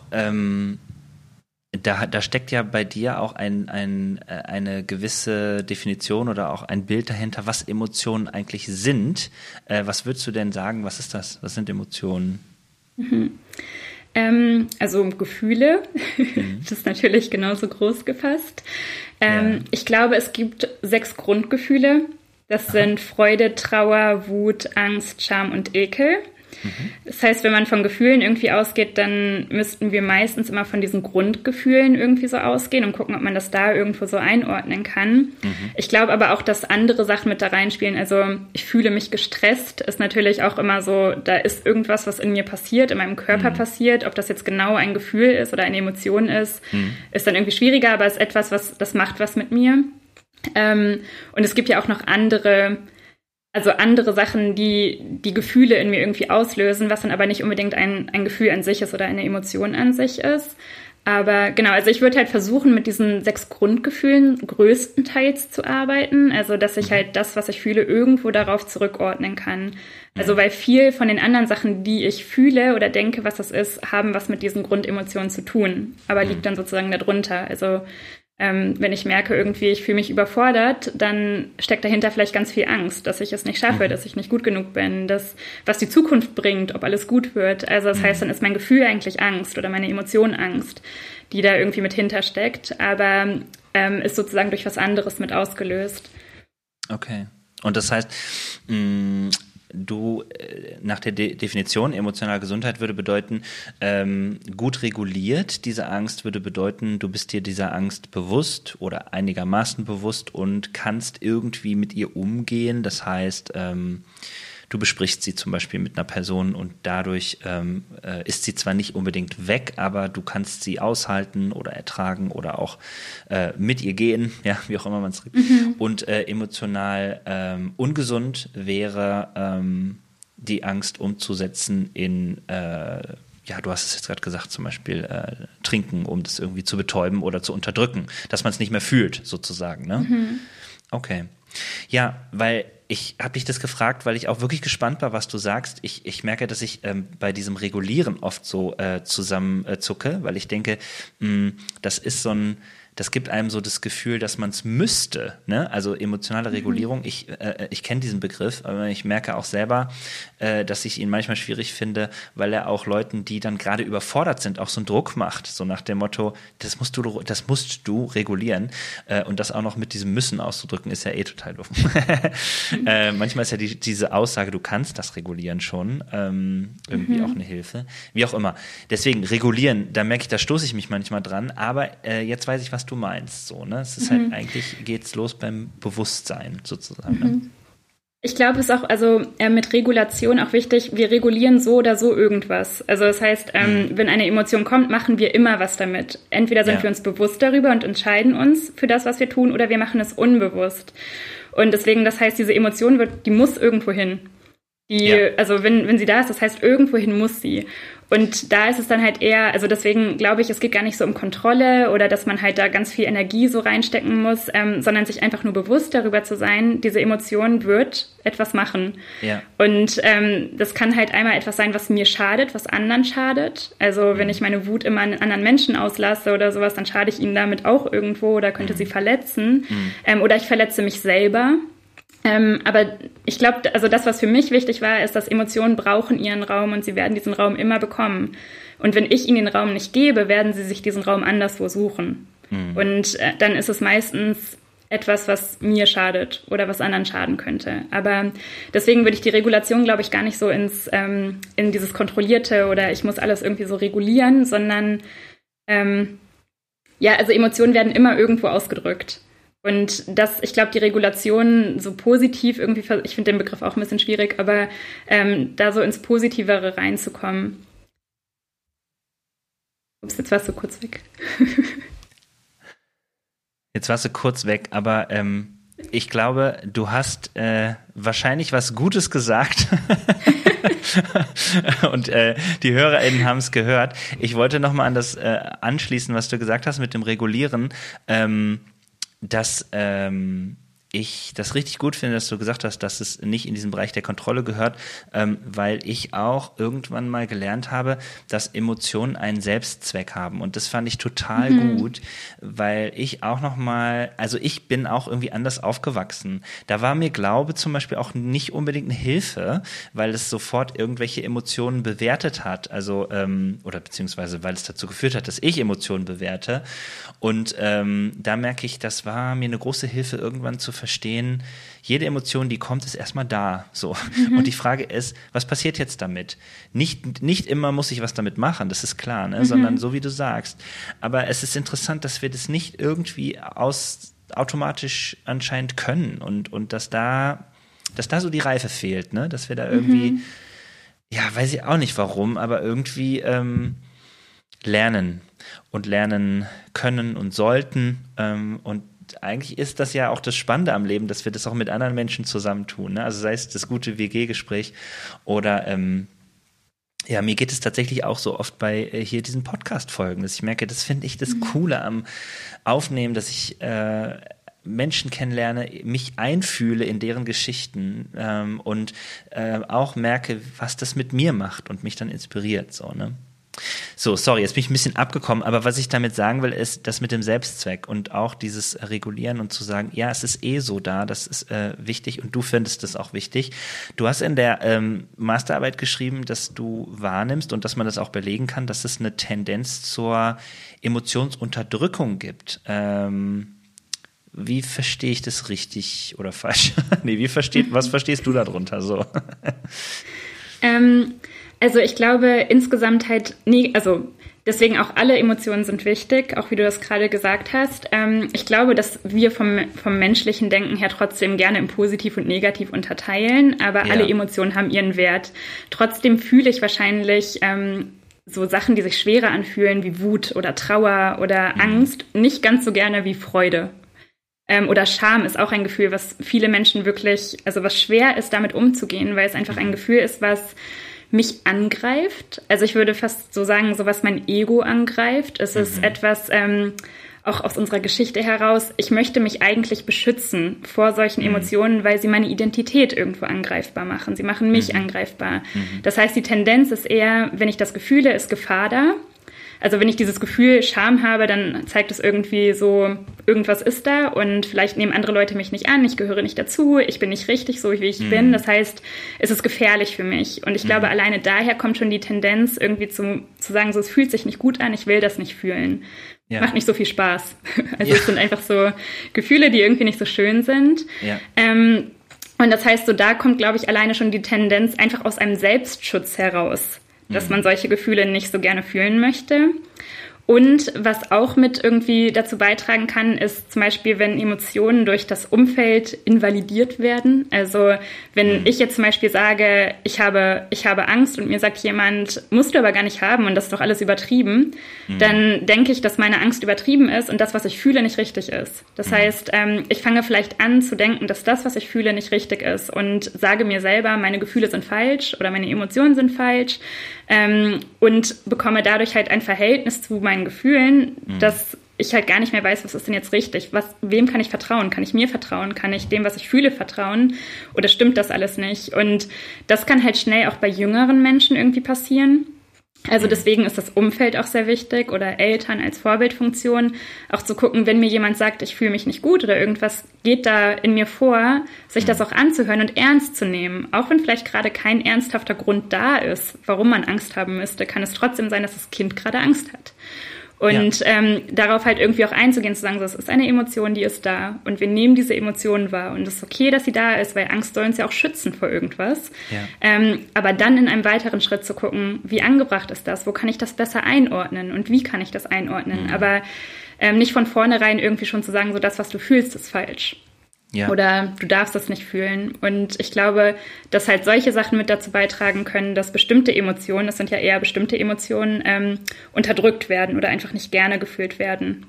da steckt ja bei dir auch eine gewisse Definition oder auch ein Bild dahinter, was Emotionen eigentlich sind. Was würdest du denn sagen, was ist das? Was sind Emotionen? Also Gefühle, das ist natürlich genauso groß gefasst. Ich glaube, es gibt 6 Grundgefühle. Das sind Freude, Trauer, Wut, Angst, Scham und Ekel. Das heißt, wenn man von Gefühlen irgendwie ausgeht, dann müssten wir meistens immer von diesen Grundgefühlen irgendwie so ausgehen und gucken, ob man das da irgendwo so einordnen kann. Ich glaube aber auch, dass andere Sachen mit da reinspielen. Also ich fühle mich gestresst, ist natürlich auch immer so, da ist irgendwas, was in mir passiert, in meinem Körper passiert. Ob das jetzt genau ein Gefühl ist oder eine Emotion ist, ist dann irgendwie schwieriger, aber ist etwas, das macht was mit mir. Und es gibt ja auch noch andere Sachen, die Gefühle in mir irgendwie auslösen, was dann aber nicht unbedingt ein Gefühl an sich ist oder eine Emotion an sich ist. Aber genau, also ich würde halt versuchen, mit diesen 6 Grundgefühlen größtenteils zu arbeiten. Also, dass ich halt das, was ich fühle, irgendwo darauf zurückordnen kann. Also, weil viel von den anderen Sachen, die ich fühle oder denke, was das ist, haben was mit diesen Grundemotionen zu tun. Aber liegt dann sozusagen darunter. Also, wenn ich merke, irgendwie, ich fühle mich überfordert, dann steckt dahinter vielleicht ganz viel Angst, dass ich es nicht schaffe, dass ich nicht gut genug bin, was die Zukunft bringt, ob alles gut wird. Also das heißt, dann ist mein Gefühl eigentlich Angst oder meine Emotion Angst, die da irgendwie mit hintersteckt, aber ist sozusagen durch was anderes mit ausgelöst. Okay. Und das heißt, du, nach der Definition, emotionale Gesundheit würde bedeuten, gut reguliert. Diese Angst würde bedeuten, du bist dir dieser Angst bewusst oder einigermaßen bewusst und kannst irgendwie mit ihr umgehen. Das heißt, du besprichst sie zum Beispiel mit einer Person und dadurch ist sie zwar nicht unbedingt weg, aber du kannst sie aushalten oder ertragen oder auch mit ihr gehen, ja, wie auch immer man es sagt. Und emotional ungesund wäre die Angst umzusetzen in ja, du hast es jetzt gerade gesagt, zum Beispiel trinken, um das irgendwie zu betäuben oder zu unterdrücken, dass man es nicht mehr fühlt, sozusagen, ne? Okay. Ja, weil ich habe dich das gefragt, weil ich auch wirklich gespannt war, was du sagst. Ich merke, dass ich bei diesem Regulieren oft so zusammenzucke, weil ich denke, das ist das gibt einem so das Gefühl, dass man es müsste, ne? Also emotionale Regulierung, ich kenne diesen Begriff, aber ich merke auch selber, dass ich ihn manchmal schwierig finde, weil er auch Leuten, die dann gerade überfordert sind, auch so einen Druck macht, so nach dem Motto, das musst du regulieren, und das auch noch mit diesem Müssen auszudrücken, ist ja eh total doof. Manchmal ist ja diese Aussage, du kannst das regulieren schon, irgendwie auch eine Hilfe, wie auch immer. Deswegen regulieren, da merke ich, da stoße ich mich manchmal dran, aber jetzt weiß ich, was du meinst, so, ne? Es ist halt eigentlich, geht's los beim Bewusstsein sozusagen. Ne? Ich glaube, es ist auch, mit Regulation auch wichtig, wir regulieren so oder so irgendwas. Also das heißt, wenn eine Emotion kommt, machen wir immer was damit. Entweder sind wir uns bewusst darüber und entscheiden uns für das, was wir tun, oder wir machen es unbewusst. Und deswegen, das heißt, diese Emotion die muss irgendwo hin. Also wenn sie da ist, das heißt, irgendwohin muss sie. Und da ist es dann halt eher, also deswegen glaube ich, es geht gar nicht so um Kontrolle oder dass man halt da ganz viel Energie so reinstecken muss, sondern sich einfach nur bewusst darüber zu sein, diese Emotion wird etwas machen. Ja. Und das kann halt einmal etwas sein, was mir schadet, was anderen schadet. Also wenn ich meine Wut immer an anderen Menschen auslasse oder sowas, dann schade ich ihnen damit auch irgendwo oder könnte sie verletzen. Oder ich verletze mich selber. Aber ich glaube, also das, was für mich wichtig war, ist, dass Emotionen brauchen ihren Raum und sie werden diesen Raum immer bekommen. Und wenn ich ihnen den Raum nicht gebe, werden sie sich diesen Raum anderswo suchen. Und dann ist es meistens etwas, was mir schadet oder was anderen schaden könnte. Aber deswegen würde ich die Regulation, glaube ich, gar nicht so in dieses Kontrollierte oder ich muss alles irgendwie so regulieren, sondern also Emotionen werden immer irgendwo ausgedrückt. Und ich glaube, die Regulation so positiv irgendwie, ich finde den Begriff auch ein bisschen schwierig, aber da so ins Positivere reinzukommen. Ups, jetzt warst du kurz weg. Jetzt warst du kurz weg, aber ich glaube, du hast wahrscheinlich was Gutes gesagt. Und die HörerInnen haben es gehört. Ich wollte nochmal an das anschließen, was du gesagt hast mit dem Regulieren. Dass ich das richtig gut finde, dass du gesagt hast, dass es nicht in diesen Bereich der Kontrolle gehört, weil ich auch irgendwann mal gelernt habe, dass Emotionen einen Selbstzweck haben. Und das fand ich total gut, weil ich auch nochmal, also ich bin auch irgendwie anders aufgewachsen. Da war mir Glaube zum Beispiel auch nicht unbedingt eine Hilfe, weil es sofort irgendwelche Emotionen bewertet hat, also oder beziehungsweise weil es dazu geführt hat, dass ich Emotionen bewerte. Und da merke ich, das war mir eine große Hilfe, irgendwann zu verstehen, jede Emotion, die kommt, ist erstmal da. So. Und die Frage ist, was passiert jetzt damit? Nicht immer muss ich was damit machen, das ist klar, ne? Sondern so wie du sagst. Aber es ist interessant, dass wir das nicht irgendwie automatisch anscheinend können und dass da so die Reife fehlt, ne? Dass wir da irgendwie, ja, weiß ich auch nicht warum, aber irgendwie lernen können und sollten. Und eigentlich ist das ja auch das Spannende am Leben, dass wir das auch mit anderen Menschen zusammentun, ne? Also sei es das gute WG-Gespräch oder ja, mir geht es tatsächlich auch so oft bei hier diesen Podcast-Folgen, dass ich merke, das finde ich das Coole am Aufnehmen, dass ich Menschen kennenlerne, mich einfühle in deren Geschichten und auch merke, was das mit mir macht und mich dann inspiriert, so, ne? So, sorry, jetzt bin ich ein bisschen abgekommen, aber was ich damit sagen will, ist das mit dem Selbstzweck und auch dieses Regulieren und zu sagen, ja, es ist so da, das ist wichtig und du findest das auch wichtig. Du hast in der Masterarbeit geschrieben, dass du wahrnimmst und dass man das auch belegen kann, dass es eine Tendenz zur Emotionsunterdrückung gibt. Wie verstehe ich das richtig oder falsch? Nee, was verstehst du darunter so? Also ich glaube insgesamt halt, also deswegen auch alle Emotionen sind wichtig, auch wie du das gerade gesagt hast. Ich glaube, dass wir vom menschlichen Denken her trotzdem gerne in positiv und negativ unterteilen, aber alle Emotionen haben ihren Wert. Trotzdem fühle ich wahrscheinlich so Sachen, die sich schwerer anfühlen, wie Wut oder Trauer oder Angst, nicht ganz so gerne wie Freude. Oder Scham ist auch ein Gefühl, was viele Menschen wirklich, also was schwer ist, damit umzugehen, weil es einfach ein Gefühl ist, was mich angreift. Also ich würde fast so sagen, so was mein Ego angreift. Es ist etwas, auch aus unserer Geschichte heraus, ich möchte mich eigentlich beschützen vor solchen Emotionen, weil sie meine Identität irgendwo angreifbar machen. Sie machen mich angreifbar. Das heißt, die Tendenz ist eher, wenn ich das Gefühle, ist Gefahr da. Also wenn ich dieses Gefühl Scham habe, dann zeigt es irgendwie so, irgendwas ist da und vielleicht nehmen andere Leute mich nicht an, ich gehöre nicht dazu, ich bin nicht richtig so, wie ich bin. Das heißt, es ist gefährlich für mich. Und ich glaube, alleine daher kommt schon die Tendenz, irgendwie zu sagen, so, es fühlt sich nicht gut an, ich will das nicht fühlen. Ja. Macht nicht so viel Spaß. Also es sind einfach so Gefühle, die irgendwie nicht so schön sind. Ja. Und das heißt, so da kommt, glaube ich, alleine schon die Tendenz einfach aus einem Selbstschutz heraus, dass man solche Gefühle nicht so gerne fühlen möchte. Und was auch mit irgendwie dazu beitragen kann, ist zum Beispiel, wenn Emotionen durch das Umfeld invalidiert werden. Also wenn ich jetzt zum Beispiel sage, ich habe Angst und mir sagt jemand, musst du aber gar nicht haben und das ist doch alles übertrieben, dann denke ich, dass meine Angst übertrieben ist und das, was ich fühle, nicht richtig ist. Das heißt, ich fange vielleicht an zu denken, dass das, was ich fühle, nicht richtig ist und sage mir selber, meine Gefühle sind falsch oder meine Emotionen sind falsch und bekomme dadurch halt ein Verhältnis zu meinen Gefühlen, dass ich halt gar nicht mehr weiß, was ist denn jetzt richtig? Wem kann ich vertrauen? Kann ich mir vertrauen? Kann ich dem, was ich fühle, vertrauen? Oder stimmt das alles nicht? Und das kann halt schnell auch bei jüngeren Menschen irgendwie passieren. Also deswegen ist das Umfeld auch sehr wichtig oder Eltern als Vorbildfunktion, auch zu gucken, wenn mir jemand sagt, ich fühle mich nicht gut oder irgendwas geht da in mir vor, sich das auch anzuhören und ernst zu nehmen. Auch wenn vielleicht gerade kein ernsthafter Grund da ist, warum man Angst haben müsste, kann es trotzdem sein, dass das Kind gerade Angst hat. Und darauf halt irgendwie auch einzugehen, zu sagen, so, es ist eine Emotion, die ist da und wir nehmen diese Emotion wahr und es ist okay, dass sie da ist, weil Angst soll uns ja auch schützen vor irgendwas. Ja. Aber dann in einem weiteren Schritt zu gucken, wie angebracht ist das, wo kann ich das besser einordnen und wie kann ich das einordnen, aber nicht von vornherein irgendwie schon zu sagen, so das, was du fühlst, ist falsch. Ja. Oder du darfst das nicht fühlen. Und ich glaube, dass halt solche Sachen mit dazu beitragen können, dass bestimmte Emotionen, das sind ja eher bestimmte Emotionen, unterdrückt werden oder einfach nicht gerne gefühlt werden.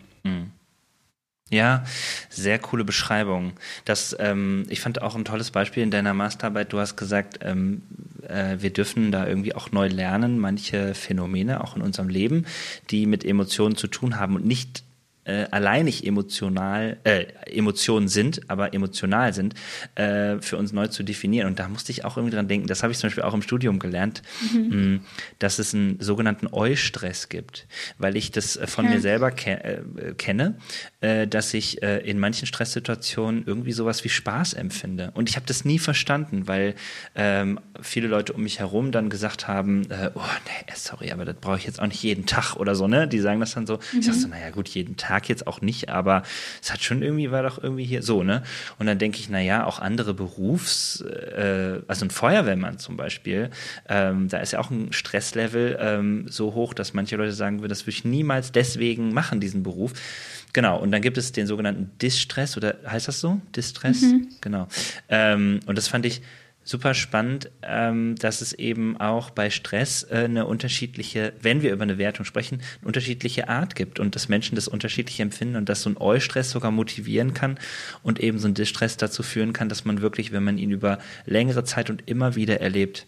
Ja, sehr coole Beschreibung. Ich fand auch ein tolles Beispiel in deiner Masterarbeit. Du hast gesagt, wir dürfen da irgendwie auch neu lernen, manche Phänomene auch in unserem Leben, die mit Emotionen zu tun haben und nicht alleinig Emotionen sind, aber emotional sind, für uns neu zu definieren. Und da musste ich auch irgendwie dran denken, das habe ich zum Beispiel auch im Studium gelernt, dass es einen sogenannten Eustress gibt, weil ich das von mir selber kenne, dass ich in manchen Stresssituationen irgendwie sowas wie Spaß empfinde. Und ich habe das nie verstanden, weil viele Leute um mich herum dann gesagt haben, sorry, aber das brauche ich jetzt auch nicht jeden Tag oder so, ne? Die sagen das dann so. Ich sage so, naja gut, jeden Tag Tag jetzt auch nicht, aber es hat schon irgendwie, war doch irgendwie hier so, ne? Und dann denke ich, naja, auch andere also ein Feuerwehrmann zum Beispiel, da ist ja auch ein Stresslevel so hoch, dass manche Leute sagen würden, das würde ich niemals deswegen machen, diesen Beruf. Genau, und dann gibt es den sogenannten Distress, oder heißt das so? Distress? Genau. Und das fand ich super spannend, dass es eben auch bei Stress eine unterschiedliche, wenn wir über eine Wertung sprechen, eine unterschiedliche Art gibt und dass Menschen das unterschiedlich empfinden und dass so ein Eustress sogar motivieren kann und eben so ein Distress dazu führen kann, dass man wirklich, wenn man ihn über längere Zeit und immer wieder erlebt,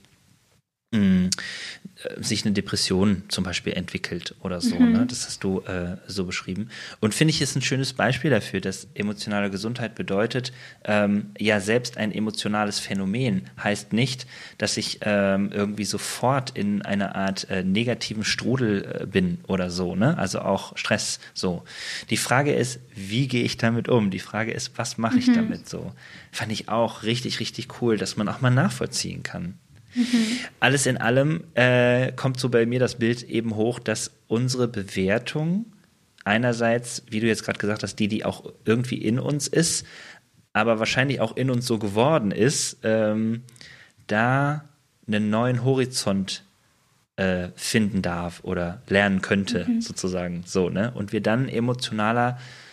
sich eine Depression zum Beispiel entwickelt oder so. Ne? Das hast du so beschrieben. Und finde ich, ist ein schönes Beispiel dafür, dass emotionale Gesundheit bedeutet, ja, selbst ein emotionales Phänomen heißt nicht, dass ich irgendwie sofort in einer Art negativen Strudel bin oder so. Ne? Also auch Stress so. Die Frage ist, wie gehe ich damit um? Die Frage ist, was mache ich damit so? Fand ich auch richtig, richtig cool, dass man auch mal nachvollziehen kann. Alles in allem kommt so bei mir das Bild eben hoch, dass unsere Bewertung einerseits, wie du jetzt gerade gesagt hast, die auch irgendwie in uns ist, aber wahrscheinlich auch in uns so geworden ist, da einen neuen Horizont finden darf oder lernen könnte, sozusagen so, ne? Und wir dann emotional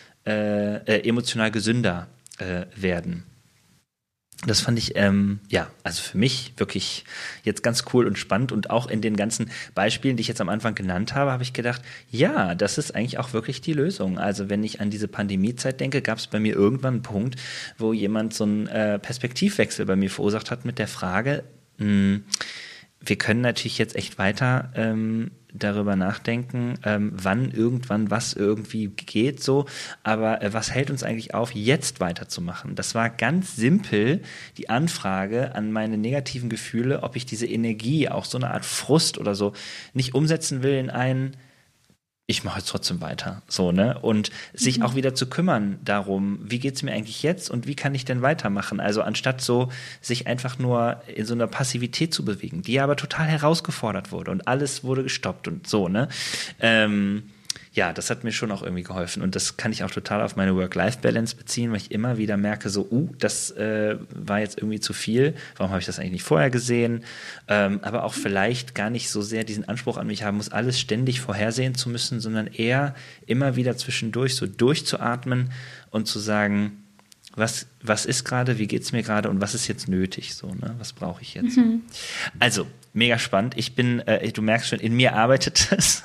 gesünder werden. Das fand ich, ja, also für mich wirklich jetzt ganz cool und spannend und auch in den ganzen Beispielen, die ich jetzt am Anfang genannt habe, habe ich gedacht, ja, das ist eigentlich auch wirklich die Lösung. Also wenn ich an diese Pandemiezeit denke, gab es bei mir irgendwann einen Punkt, wo jemand so einen Perspektivwechsel bei mir verursacht hat mit der Frage, wir können natürlich jetzt echt weiter darüber nachdenken, wann irgendwann was irgendwie geht so, aber was hält uns eigentlich auf, jetzt weiterzumachen? Das war ganz simpel die Anfrage an meine negativen Gefühle, ob ich diese Energie, auch so eine Art Frust oder so, nicht umsetzen will in einen, ich mache jetzt trotzdem weiter, so, ne? Und sich auch wieder zu kümmern darum, wie geht's mir eigentlich jetzt und wie kann ich denn weitermachen? Also anstatt so, sich einfach nur in so einer Passivität zu bewegen, die aber total herausgefordert wurde und alles wurde gestoppt und so, ne? Ja, das hat mir schon auch irgendwie geholfen und das kann ich auch total auf meine Work-Life-Balance beziehen, weil ich immer wieder merke, so, das war jetzt irgendwie zu viel, warum habe ich das eigentlich nicht vorher gesehen, aber auch vielleicht gar nicht so sehr diesen Anspruch an mich haben muss, alles ständig vorhersehen zu müssen, sondern eher immer wieder zwischendurch so durchzuatmen und zu sagen, was ist gerade, wie geht's mir gerade und was ist jetzt nötig, so, ne, was brauche ich jetzt? Also, mega spannend. Ich bin, du merkst schon, in mir arbeitet es.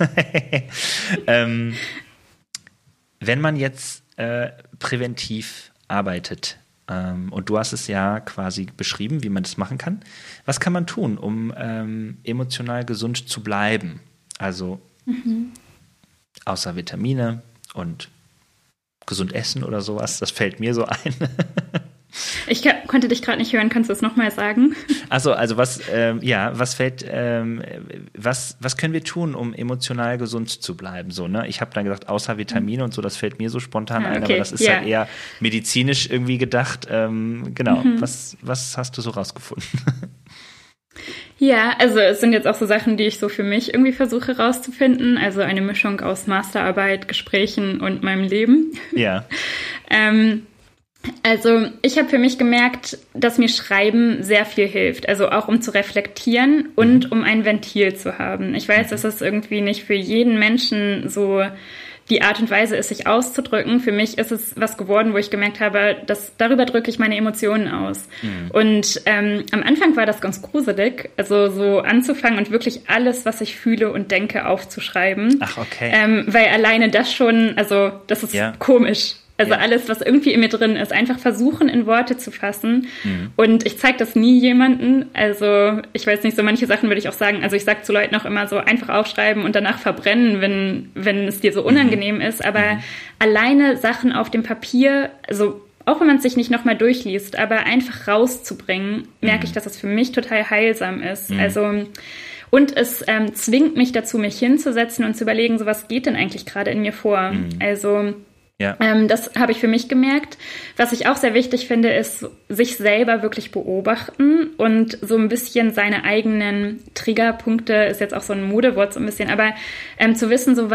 Wenn man jetzt präventiv arbeitet, und du hast es ja quasi beschrieben, wie man das machen kann, was kann man tun, um emotional gesund zu bleiben? Also außer Vitamine und gesund essen oder sowas, das fällt mir so ein. Ich konnte dich gerade nicht hören, kannst du es nochmal sagen? Also was können wir tun, um emotional gesund zu bleiben? So, ne? Ich habe dann gesagt, außer Vitamine und so, das fällt mir so spontan ein, aber das ist halt eher medizinisch irgendwie gedacht. Genau, was hast du so rausgefunden? Ja, also es sind jetzt auch so Sachen, die ich so für mich irgendwie versuche rauszufinden. Also eine Mischung aus Masterarbeit, Gesprächen und meinem Leben. Ja. Also ich habe für mich gemerkt, dass mir Schreiben sehr viel hilft. Also auch um zu reflektieren und um ein Ventil zu haben. Ich weiß, dass das irgendwie nicht für jeden Menschen so die Art und Weise ist, sich auszudrücken. Für mich ist es was geworden, wo ich gemerkt habe, dass darüber drücke ich meine Emotionen aus. Und am Anfang war das ganz gruselig, also so anzufangen und wirklich alles, was ich fühle und denke, aufzuschreiben. Ach, okay. Weil alleine das schon, also das ist komisch. Also alles, was irgendwie in mir drin ist, einfach versuchen, in Worte zu fassen. Und ich zeige das nie jemandem. Also ich weiß nicht, so manche Sachen würde ich auch sagen, also ich sage zu Leuten auch immer so, einfach aufschreiben und danach verbrennen, wenn es dir so unangenehm ist. Aber alleine Sachen auf dem Papier, also auch wenn man es sich nicht nochmal durchliest, aber einfach rauszubringen, merke ich, dass es für mich total heilsam ist. Also und es zwingt mich dazu, mich hinzusetzen und zu überlegen, so was geht denn eigentlich gerade in mir vor? Also das habe ich für mich gemerkt. Was ich auch sehr wichtig finde, ist, sich selber wirklich beobachten und so ein bisschen seine eigenen Triggerpunkte, ist jetzt auch so ein Modewort so ein bisschen, aber zu wissen, so was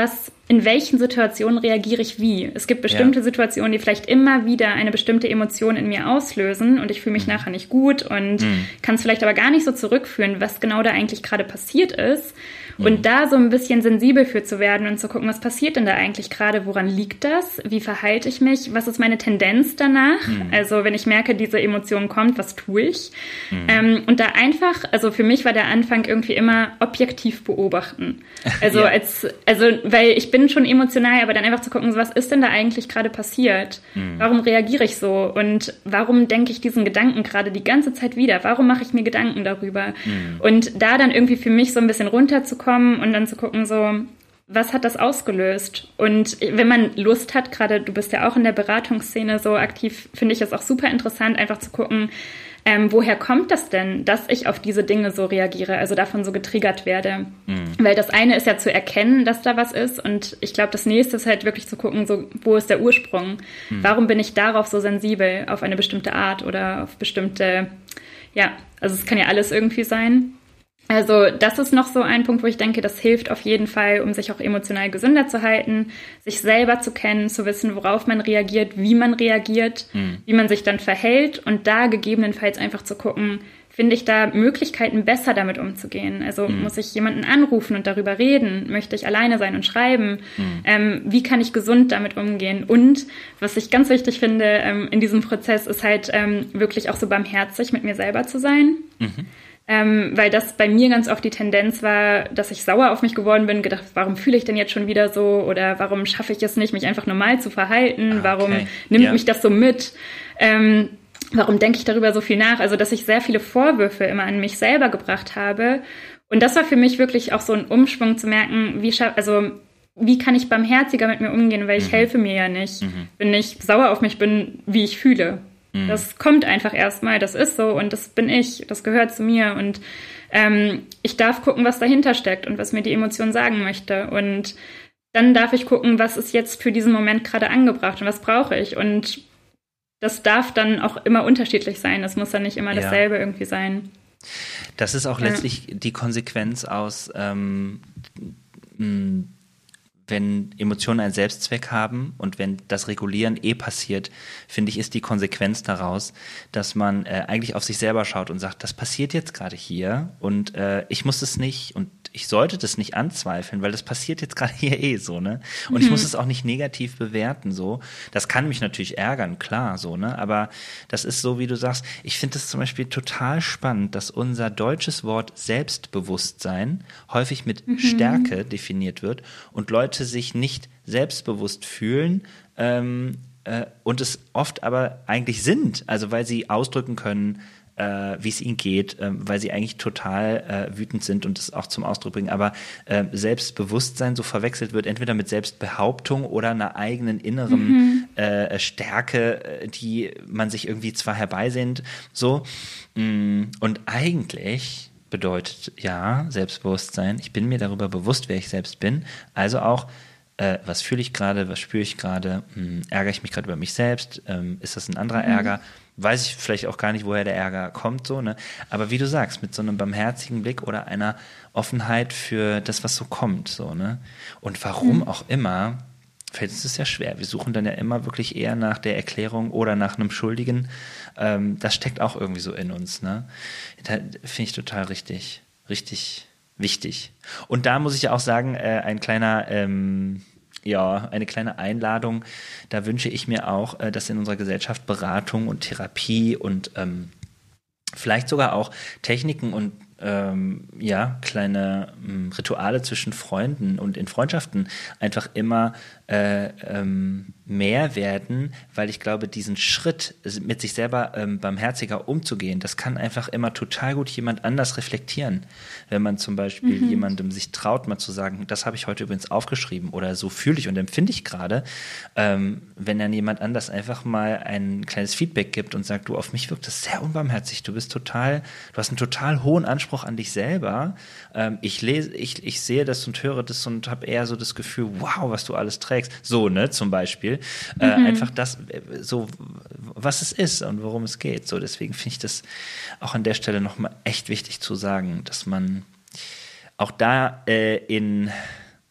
in welchen Situationen reagiere ich wie. Es gibt bestimmte Situationen, die vielleicht immer wieder eine bestimmte Emotion in mir auslösen und ich fühle mich nachher nicht gut und kann es vielleicht aber gar nicht so zurückführen, was genau da eigentlich gerade passiert ist. Und da so ein bisschen sensibel für zu werden und zu gucken, was passiert denn da eigentlich gerade, woran liegt das, wie verhalte ich mich, was ist meine Tendenz danach, also wenn ich merke, diese Emotion kommt, was tue ich? Und da einfach, also für mich war der Anfang irgendwie immer objektiv beobachten. Also weil ich bin schon emotional, aber dann einfach zu gucken, was ist denn da eigentlich gerade passiert? Warum reagiere ich so? Und warum denke ich diesen Gedanken gerade die ganze Zeit wieder? Warum mache ich mir Gedanken darüber? Und da dann irgendwie für mich so ein bisschen runterzukommen und dann zu gucken, so, was hat das ausgelöst? Und wenn man Lust hat, gerade du bist ja auch in der Beratungsszene so aktiv, finde ich es auch super interessant, einfach zu gucken, woher kommt das denn, dass ich auf diese Dinge so reagiere, also davon so getriggert werde? Weil das eine ist ja zu erkennen, dass da was ist und ich glaube, das nächste ist halt wirklich zu gucken, so, wo ist der Ursprung? Warum bin ich darauf so sensibel, auf eine bestimmte Art oder auf bestimmte, also es kann ja alles irgendwie sein. Also das ist noch so ein Punkt, wo ich denke, das hilft auf jeden Fall, um sich auch emotional gesünder zu halten, sich selber zu kennen, zu wissen, worauf man reagiert, wie man reagiert, wie man sich dann verhält und da gegebenenfalls einfach zu gucken, finde ich da Möglichkeiten, besser damit umzugehen. Also muss ich jemanden anrufen und darüber reden? Möchte ich alleine sein und schreiben? Wie kann ich gesund damit umgehen? Und was ich ganz wichtig finde in diesem Prozess, ist halt wirklich auch so barmherzig mit mir selber zu sein. Weil das bei mir ganz oft die Tendenz war, dass ich sauer auf mich geworden bin, gedacht, warum fühle ich denn jetzt schon wieder so oder warum schaffe ich es nicht, mich einfach normal zu verhalten, warum nimmt mich das so mit, warum denke ich darüber so viel nach, also dass ich sehr viele Vorwürfe immer an mich selber gebracht habe und das war für mich wirklich auch so ein Umschwung zu merken, wie kann ich barmherziger mit mir umgehen, weil ich helfe mir ja nicht, wenn ich sauer auf mich bin, wie ich fühle. Das kommt einfach erstmal, das ist so und das bin ich, das gehört zu mir und ich darf gucken, was dahinter steckt und was mir die Emotion sagen möchte und dann darf ich gucken, was ist jetzt für diesen Moment gerade angebracht und was brauche ich und das darf dann auch immer unterschiedlich sein, das muss dann nicht immer dasselbe irgendwie sein. Das ist auch letztlich die Konsequenz aus wenn Emotionen einen Selbstzweck haben und wenn das Regulieren passiert, finde ich, ist die Konsequenz daraus, dass man eigentlich auf sich selber schaut und sagt, das passiert jetzt gerade hier und ich muss es nicht und ich sollte das nicht anzweifeln, weil das passiert jetzt gerade hier so, ne? Und ich muss es auch nicht negativ bewerten, so. Das kann mich natürlich ärgern, klar, so, ne? Aber das ist so, wie du sagst, ich finde es zum Beispiel total spannend, dass unser deutsches Wort Selbstbewusstsein häufig mit Stärke definiert wird und Leute sich nicht selbstbewusst fühlen und es oft aber eigentlich sind, also weil sie ausdrücken können, wie es ihnen geht, weil sie eigentlich total wütend sind und das auch zum Ausdruck bringen. Aber Selbstbewusstsein so verwechselt wird, entweder mit Selbstbehauptung oder einer eigenen inneren Stärke, die man sich irgendwie zwar herbeisehnt, so. Und eigentlich bedeutet Selbstbewusstsein, ich bin mir darüber bewusst, wer ich selbst bin, also auch was fühle ich gerade, was spüre ich gerade, ärgere ich mich gerade über mich selbst, ist das ein anderer Ärger, weiß ich vielleicht auch gar nicht, woher der Ärger kommt, so, ne? Aber wie du sagst, mit so einem barmherzigen Blick oder einer Offenheit für das, was so kommt, so, ne? Und warum auch immer, fällt uns das ja schwer. Wir suchen dann ja immer wirklich eher nach der Erklärung oder nach einem Schuldigen. Das steckt auch irgendwie so in uns, ne? Da finde ich total richtig wichtig. Und da muss ich ja auch sagen, eine kleine Einladung, da wünsche ich mir auch, dass in unserer Gesellschaft Beratung und Therapie und vielleicht sogar auch Techniken und kleine Rituale zwischen Freunden und in Freundschaften einfach immer mehr werden, weil ich glaube, diesen Schritt mit sich selber barmherziger umzugehen, das kann einfach immer total gut jemand anders reflektieren. Wenn man zum Beispiel jemandem sich traut, mal zu sagen, das habe ich heute übrigens aufgeschrieben oder so fühle ich und empfinde ich gerade, wenn dann jemand anders einfach mal ein kleines Feedback gibt und sagt, du, auf mich wirkt das sehr unbarmherzig, du hast einen total hohen Anspruch an dich selber. Ich sehe das und höre das und habe eher so das Gefühl, wow, was du alles trägst. So, ne, zum Beispiel. Einfach das, so, was es ist und worum es geht. So, deswegen finde ich das auch an der Stelle nochmal echt wichtig zu sagen, dass man auch da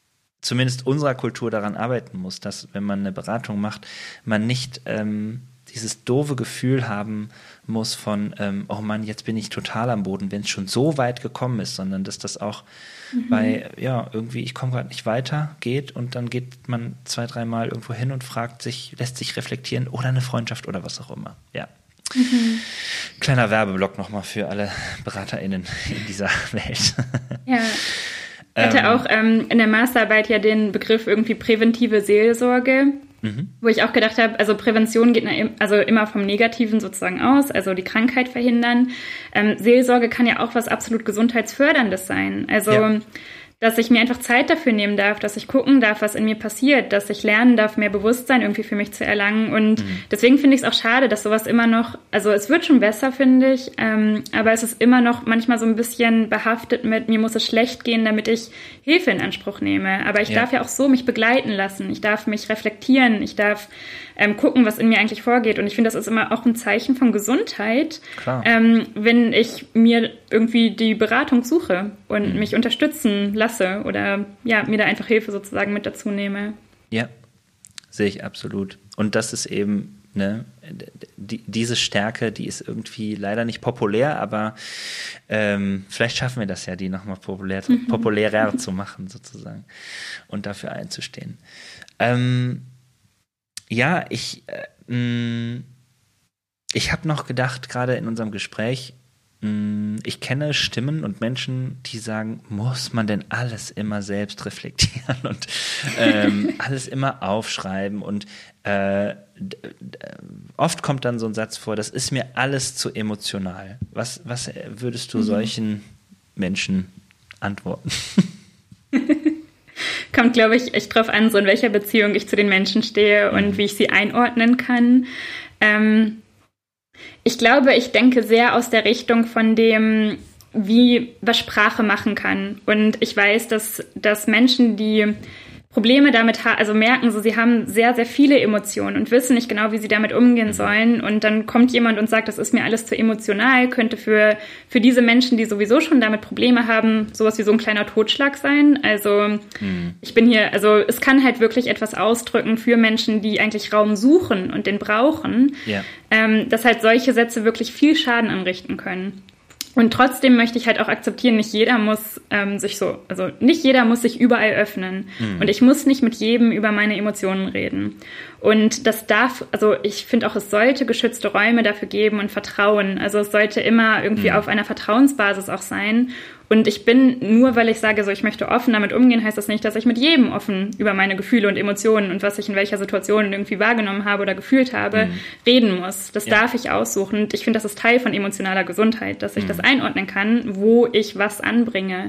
zumindest unserer Kultur daran arbeiten muss, dass, wenn man eine Beratung macht, man nicht dieses doofe Gefühl haben muss von, oh Mann, jetzt bin ich total am Boden, wenn es schon so weit gekommen ist, sondern dass das auch bei, irgendwie, ich komme gerade nicht weiter, geht und dann geht man 2-3 Mal irgendwo hin und lässt sich reflektieren oder eine Freundschaft oder was auch immer. Ja. Kleiner Werbeblock nochmal für alle BeraterInnen in dieser Welt. Ja. Ich hatte auch in der Masterarbeit ja den Begriff irgendwie präventive Seelsorge, wo ich auch gedacht habe, also Prävention geht also immer vom Negativen sozusagen aus, also die Krankheit verhindern. Seelsorge kann ja auch was absolut Gesundheitsförderndes sein. Also dass ich mir einfach Zeit dafür nehmen darf, dass ich gucken darf, was in mir passiert, dass ich lernen darf, mehr Bewusstsein irgendwie für mich zu erlangen. Und deswegen finde ich es auch schade, dass sowas immer noch, also es wird schon besser, finde ich, aber es ist immer noch manchmal so ein bisschen behaftet mit, mir muss es schlecht gehen, damit ich Hilfe in Anspruch nehme. Aber ich darf ja auch so mich begleiten lassen. Ich darf mich reflektieren. Ich darf gucken, was in mir eigentlich vorgeht. Und ich finde, das ist immer auch ein Zeichen von Gesundheit, wenn ich mir irgendwie die Beratung suche und mich unterstützen lasse oder mir da einfach Hilfe sozusagen mit dazu nehme. Ja, sehe ich absolut. Und das ist eben, ne, diese Stärke, die ist irgendwie leider nicht populär, aber vielleicht schaffen wir das ja, die nochmal populärer zu machen sozusagen und dafür einzustehen. Ich habe noch gedacht, gerade in unserem Gespräch, ich kenne Stimmen und Menschen, die sagen, muss man denn alles immer selbst reflektieren und alles immer aufschreiben und oft kommt dann so ein Satz vor, das ist mir alles zu emotional. Was würdest du solchen Menschen antworten? Kommt, glaube ich, echt drauf an, so in welcher Beziehung ich zu den Menschen stehe und wie ich sie einordnen kann. Ich glaube, ich denke sehr aus der Richtung von dem, was Sprache machen kann. Und ich weiß, dass Menschen, die Probleme damit haben, also merken so, sie haben sehr, sehr viele Emotionen und wissen nicht genau, wie sie damit umgehen sollen. Und dann kommt jemand und sagt, das ist mir alles zu emotional, könnte für diese Menschen, die sowieso schon damit Probleme haben, sowas wie so ein kleiner Totschlag sein. Also ich bin hier, also es kann halt wirklich etwas ausdrücken für Menschen, die eigentlich Raum suchen und den brauchen, dass halt solche Sätze wirklich viel Schaden anrichten können. Und trotzdem möchte ich halt auch akzeptieren, nicht jeder muss nicht jeder muss sich überall öffnen. Und ich muss nicht mit jedem über meine Emotionen reden. Und ich finde auch, es sollte geschützte Räume dafür geben und Vertrauen. Also es sollte immer irgendwie auf einer Vertrauensbasis auch sein. Und nur weil ich sage, so ich möchte offen damit umgehen, heißt das nicht, dass ich mit jedem offen über meine Gefühle und Emotionen und was ich in welcher Situation irgendwie wahrgenommen habe oder gefühlt habe, reden muss. Das darf ich aussuchen. Und ich finde, das ist Teil von emotionaler Gesundheit, dass ich das einordnen kann, wo ich was anbringe.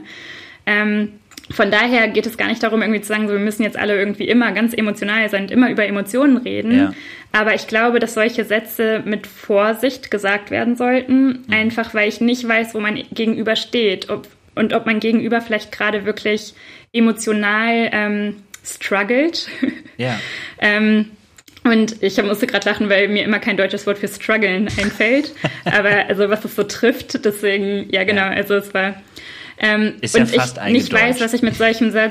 Von daher geht es gar nicht darum, irgendwie zu sagen, so, wir müssen jetzt alle irgendwie immer ganz emotional sein und immer über Emotionen reden. Ja. Aber ich glaube, dass solche Sätze mit Vorsicht gesagt werden sollten, einfach weil ich nicht weiß, wo mein Gegenüber steht ob mein Gegenüber vielleicht gerade wirklich emotional struggelt. Ja. Und ich musste gerade lachen, weil mir immer kein deutsches Wort für strugglen einfällt. Aber also was es so trifft, deswegen, ja genau, also es war... ist ja fast ich nicht weiß, was ich mit solchem Satz,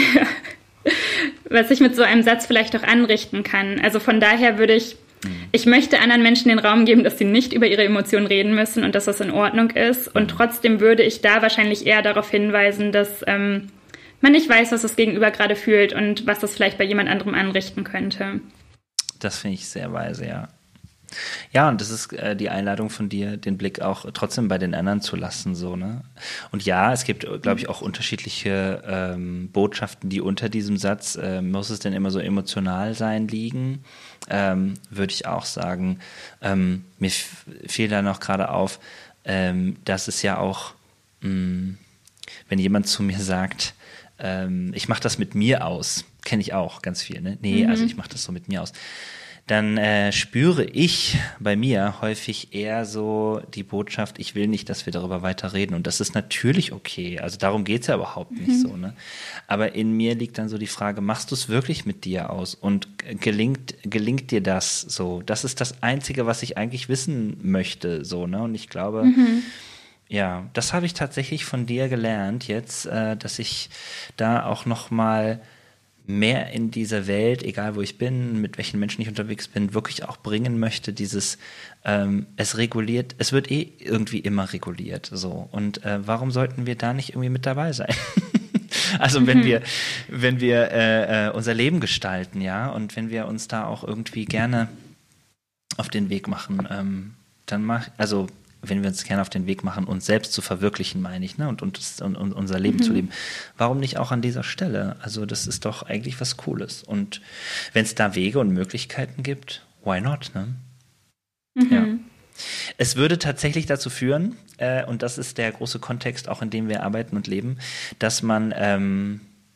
was ich mit so einem Satz vielleicht auch anrichten kann. Also von daher ich möchte anderen Menschen den Raum geben, dass sie nicht über ihre Emotionen reden müssen und dass das in Ordnung ist. Und trotzdem würde ich da wahrscheinlich eher darauf hinweisen, dass man nicht weiß, was das Gegenüber gerade fühlt und was das vielleicht bei jemand anderem anrichten könnte. Das finde ich sehr weise, ja. Ja, und das ist die Einladung von dir, den Blick auch trotzdem bei den anderen zu lassen, so, ne? Und ja, es gibt, glaube ich, auch unterschiedliche Botschaften, die unter diesem Satz, muss es denn immer so emotional sein, liegen, würde ich auch sagen. Mir fiel da noch gerade auf, dass es ja auch, wenn jemand zu mir sagt, ich mache das mit mir aus, kenne ich auch ganz viel, ne? Nee, also ich mache das so mit mir aus. Dann spüre ich bei mir häufig eher so die Botschaft, ich will nicht, dass wir darüber weiter reden. Und das ist natürlich okay. Also darum geht's ja überhaupt nicht so, ne? Aber in mir liegt dann so die Frage, machst du es wirklich mit dir aus? Und gelingt dir das so? Das ist das Einzige, was ich eigentlich wissen möchte, so, ne? Und ich glaube, ja, das habe ich tatsächlich von dir gelernt jetzt, dass ich da auch noch mal mehr in dieser Welt, egal wo ich bin, mit welchen Menschen ich unterwegs bin, wirklich auch bringen möchte, dieses es reguliert, es wird irgendwie immer reguliert, so. Und warum sollten wir da nicht irgendwie mit dabei sein? Also wenn wir unser Leben gestalten, ja, und wenn wir uns da auch irgendwie gerne auf den Weg machen, also wenn wir uns gerne auf den Weg machen, uns selbst zu verwirklichen, meine ich, ne, und unser Leben zu leben. Warum nicht auch an dieser Stelle? Also das ist doch eigentlich was Cooles. Und wenn es da Wege und Möglichkeiten gibt, why not, ne? Ja. Es würde tatsächlich dazu führen, und das ist der große Kontext, auch in dem wir arbeiten und leben, dass man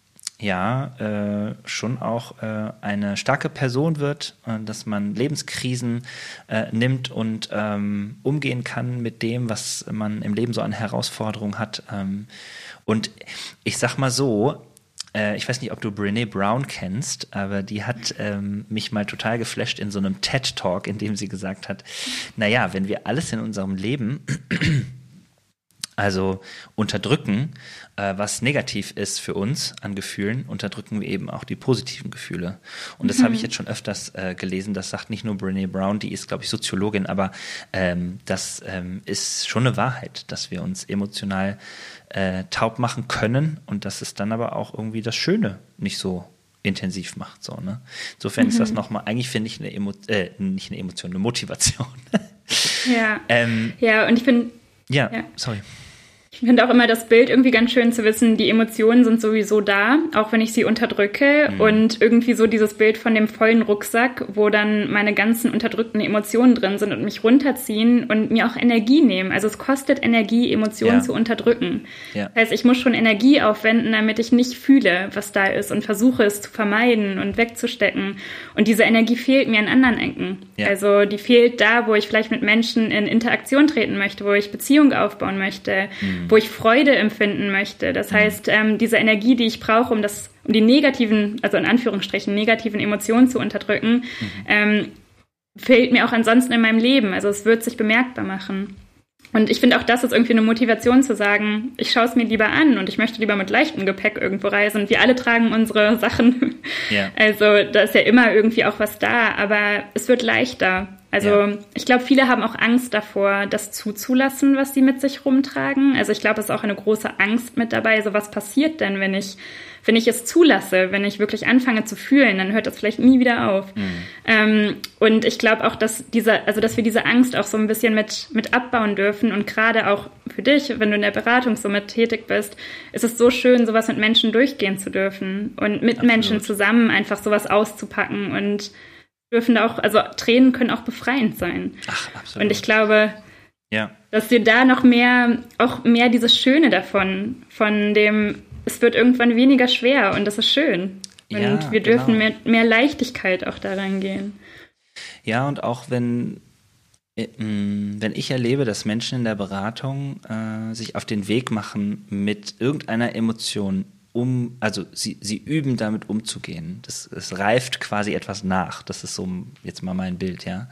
schon auch eine starke Person wird, dass man Lebenskrisen nimmt und umgehen kann mit dem, was man im Leben so an Herausforderungen hat. Und ich sag mal so, ich weiß nicht, ob du Brené Brown kennst, aber die hat mich mal total geflasht in so einem TED-Talk, in dem sie gesagt hat, naja, wenn wir alles in unserem Leben also unterdrücken, was negativ ist für uns an Gefühlen, unterdrücken wir eben auch die positiven Gefühle. Und das habe ich jetzt schon öfters gelesen, das sagt nicht nur Brené Brown, die ist, glaube ich, Soziologin, aber das ist schon eine Wahrheit, dass wir uns emotional taub machen können und dass es dann aber auch irgendwie das Schöne nicht so intensiv macht. So, ne? Insofern ist das nochmal, eigentlich finde ich nicht eine Emotion, eine Motivation. Ja, und ich finde, sorry. ich finde auch immer das Bild irgendwie ganz schön zu wissen, die Emotionen sind sowieso da, auch wenn ich sie unterdrücke. Und irgendwie so dieses Bild von dem vollen Rucksack, wo dann meine ganzen unterdrückten Emotionen drin sind und mich runterziehen und mir auch Energie nehmen. Also es kostet Energie, Emotionen zu unterdrücken. Ja. Das heißt, ich muss schon Energie aufwenden, damit ich nicht fühle, was da ist und versuche es zu vermeiden und wegzustecken. Und diese Energie fehlt mir an anderen Ecken. Ja. Also die fehlt da, wo ich vielleicht mit Menschen in Interaktion treten möchte, wo ich Beziehungen aufbauen möchte, wo ich Freude empfinden möchte. Das heißt, diese Energie, die ich brauche, um die negativen, also in Anführungsstrichen negativen Emotionen zu unterdrücken, fehlt mir auch ansonsten in meinem Leben. Also es wird sich bemerkbar machen. Und ich finde auch, das ist irgendwie eine Motivation zu sagen, ich schaue es mir lieber an und ich möchte lieber mit leichtem Gepäck irgendwo reisen. Wir alle tragen unsere Sachen. Ja. Also da ist ja immer irgendwie auch was da, aber es wird leichter. Also ich glaube, viele haben auch Angst davor, das zuzulassen, was sie mit sich rumtragen. Also ich glaube, es ist auch eine große Angst mit dabei. So, was passiert denn, wenn ich es zulasse, wenn ich wirklich anfange zu fühlen, dann hört das vielleicht nie wieder auf. Und ich glaube auch, dass wir diese Angst auch so ein bisschen mit abbauen dürfen. Und gerade auch für dich, wenn du in der Beratung so mit tätig bist, ist es so schön, sowas mit Menschen durchgehen zu dürfen und mit Menschen zusammen einfach sowas auszupacken und dürfen da auch, also Tränen können auch befreiend sein. Ach, absolut. Und ich glaube, dass wir da noch mehr dieses Schöne davon, von dem, es wird irgendwann weniger schwer und das ist schön. Und wir dürfen mit mehr Leichtigkeit auch da reingehen. Ja, und auch wenn ich erlebe, dass Menschen in der Beratung sich auf den Weg machen mit irgendeiner Emotion, also sie üben damit umzugehen. Es reift quasi etwas nach. Das ist so jetzt mal mein Bild, ja.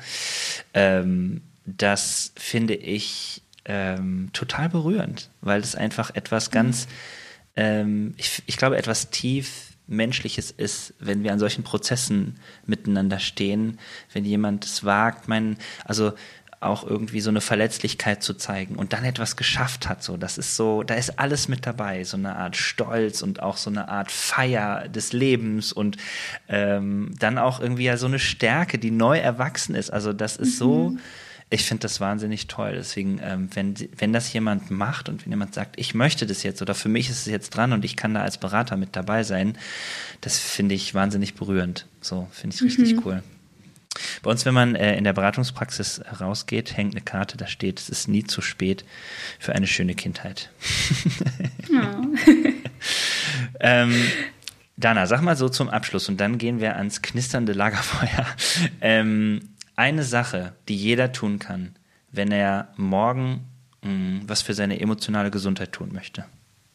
Das finde ich total berührend, weil es einfach etwas ganz, ich glaube, etwas tief Menschliches ist, wenn wir an solchen Prozessen miteinander stehen, wenn jemand es wagt, also auch irgendwie so eine Verletzlichkeit zu zeigen und dann etwas geschafft hat. So, das ist so, da ist alles mit dabei, so eine Art Stolz und auch so eine Art Feier des Lebens und dann auch irgendwie ja so eine Stärke, die neu erwachsen ist. Also das ist so, ich finde das wahnsinnig toll. Deswegen, wenn das jemand macht und wenn jemand sagt, ich möchte das jetzt oder für mich ist es jetzt dran und ich kann da als Berater mit dabei sein, das finde ich wahnsinnig berührend. So, finde ich richtig cool. Bei uns, wenn man in der Beratungspraxis rausgeht, hängt eine Karte, da steht, es ist nie zu spät für eine schöne Kindheit. Dana, sag mal so zum Abschluss und dann gehen wir ans knisternde Lagerfeuer. Eine Sache, die jeder tun kann, wenn er morgen was für seine emotionale Gesundheit tun möchte.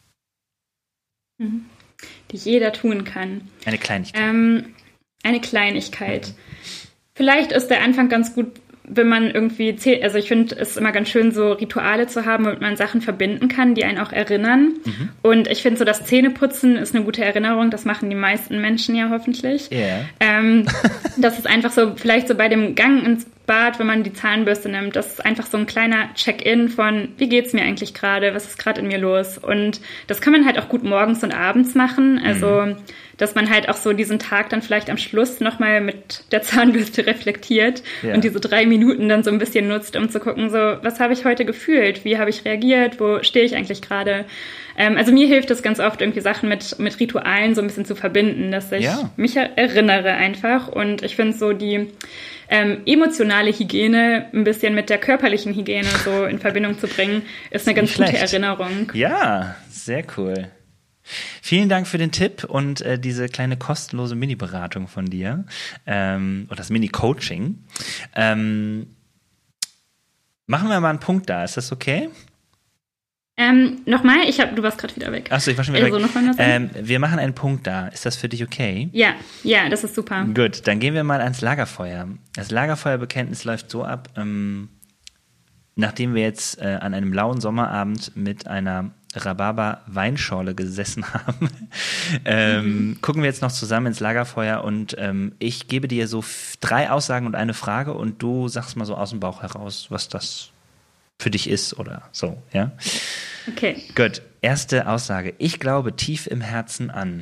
Die jeder tun kann. Eine Kleinigkeit. Eine Kleinigkeit. Vielleicht ist der Anfang ganz gut, wenn man irgendwie also ich finde es immer ganz schön, so Rituale zu haben, womit man Sachen verbinden kann, die einen auch erinnern. Und ich finde so, das Zähneputzen ist eine gute Erinnerung. Das machen die meisten Menschen ja hoffentlich. Yeah. Das ist einfach so, vielleicht so bei dem Gang ins Bad, wenn man die Zahnbürste nimmt, das ist einfach so ein kleiner Check-in von, wie geht's mir eigentlich gerade, was ist gerade in mir los? Und das kann man halt auch gut morgens und abends machen, also dass man halt auch so diesen Tag dann vielleicht am Schluss nochmal mit der Zahnbürste reflektiert und diese 3 Minuten dann so ein bisschen nutzt, um zu gucken, so, was habe ich heute gefühlt, wie habe ich reagiert, wo stehe ich eigentlich gerade? Also mir hilft es ganz oft, irgendwie Sachen mit Ritualen so ein bisschen zu verbinden, dass ich mich erinnere einfach. Und ich finde so die emotionale Hygiene ein bisschen mit der körperlichen Hygiene so in Verbindung zu bringen, ist eine ganz gute Erinnerung. Ja, sehr cool. Vielen Dank für den Tipp und diese kleine kostenlose Mini-Beratung von dir oder das Mini-Coaching. Machen wir mal einen Punkt da, ist das okay? Nochmal, du warst gerade wieder weg. Achso, ich war schon wieder weg. Wir machen einen Punkt da. Ist das für dich okay? Ja, das ist super. Gut, dann gehen wir mal ans Lagerfeuer. Das Lagerfeuerbekenntnis läuft so ab, nachdem wir jetzt an einem lauen Sommerabend mit einer Rhabarber-Weinschorle gesessen haben, gucken wir jetzt noch zusammen ins Lagerfeuer und ich gebe dir so 3 Aussagen und eine Frage und du sagst mal so aus dem Bauch heraus, was das für dich ist oder so, ja? Okay. Gut, erste Aussage. Ich glaube tief im Herzen an.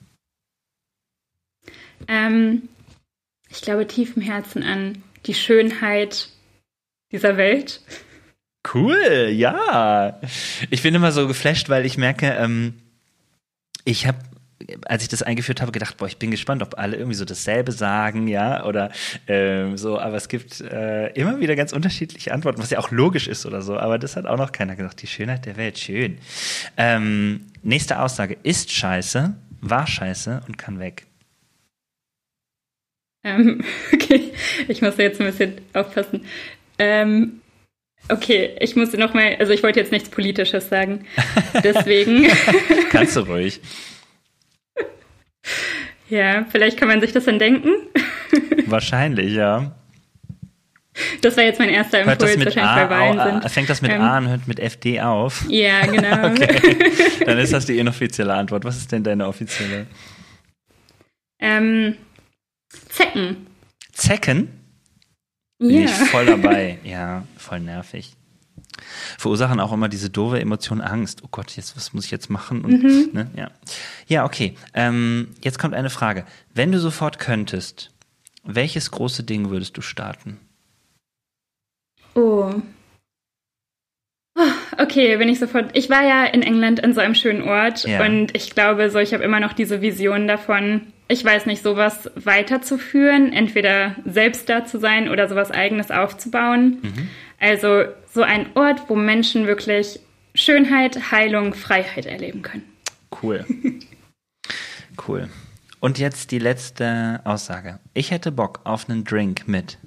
Ich glaube tief im Herzen an die Schönheit dieser Welt. Cool, ja. Ich bin immer so geflasht, weil ich merke, ich habe, als ich das eingeführt habe, gedacht, ich bin gespannt, ob alle irgendwie so dasselbe sagen, ja, oder so, aber es gibt immer wieder ganz unterschiedliche Antworten, was ja auch logisch ist oder so, aber das hat auch noch keiner gesagt. Die Schönheit der Welt, schön. Nächste Aussage, ist scheiße, war scheiße und kann weg. Okay, ich muss jetzt ein bisschen aufpassen. Okay, ich muss nochmal, also ich wollte jetzt nichts Politisches sagen, deswegen. Kannst du ruhig. Ja, vielleicht kann man sich das dann denken. Wahrscheinlich, ja. Das war jetzt mein erster Impuls, wahrscheinlich bei Wahlen sind. Fängt das mit A und hört mit FD auf? Ja, genau. Okay, dann ist das die inoffizielle Antwort. Was ist denn deine offizielle? Zecken. Zecken? Ja. Bin ich voll dabei. Ja, voll nervig. Verursachen auch immer diese doofe Emotion Angst. Oh Gott, was muss ich jetzt machen? Und, ne? Ja, okay. Jetzt kommt eine Frage. Wenn du sofort könntest, welches große Ding würdest du starten? Oh, okay, wenn ich sofort... Ich war ja in England in so einem schönen Ort und ich glaube, ich habe immer noch diese Vision davon, ich weiß nicht, sowas weiterzuführen, entweder selbst da zu sein oder sowas Eigenes aufzubauen. Also so ein Ort, wo Menschen wirklich Schönheit, Heilung, Freiheit erleben können. Cool. Cool. Und jetzt die letzte Aussage. Ich hätte Bock auf einen Drink mit.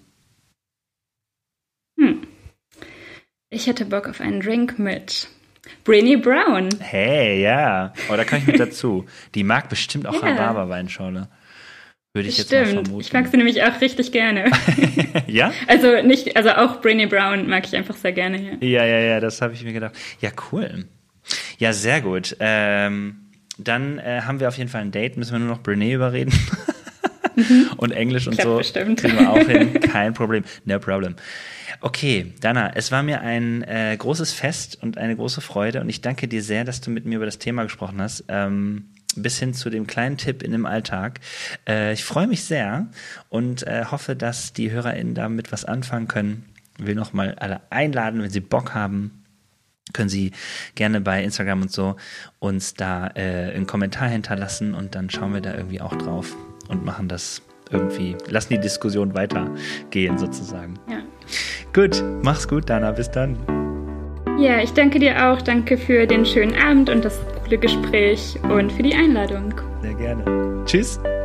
Ich hätte Bock auf einen Drink mit Brené Brown. Hey, ja. Oh, da kann ich mit dazu. Die mag bestimmt auch Rhabarber-Weinschorle. Würde ich jetzt mal vermuten. Ich mag sie nämlich auch richtig gerne. Ja? Also auch Brené Brown mag ich einfach sehr gerne. Ja, das habe ich mir gedacht. Ja, cool. Ja, sehr gut. Dann haben wir auf jeden Fall ein Date. Müssen wir nur noch Brené überreden. Und Englisch und so. Bestimmt. Kriegen wir auch hin. Kein Problem. No problem. Okay, Dana, es war mir ein großes Fest und eine große Freude und ich danke dir sehr, dass du mit mir über das Thema gesprochen hast, bis hin zu dem kleinen Tipp in dem Alltag. Ich freue mich sehr und hoffe, dass die HörerInnen damit was anfangen können. Ich will nochmal alle einladen, wenn sie Bock haben, können sie gerne bei Instagram und so uns da einen Kommentar hinterlassen und dann schauen wir da irgendwie auch drauf und machen das irgendwie, lassen die Diskussion weitergehen sozusagen. Ja. Gut, mach's gut, Dana, bis dann. Ja, ich danke dir auch. Danke für den schönen Abend und das coole Gespräch und für die Einladung. Sehr gerne. Tschüss.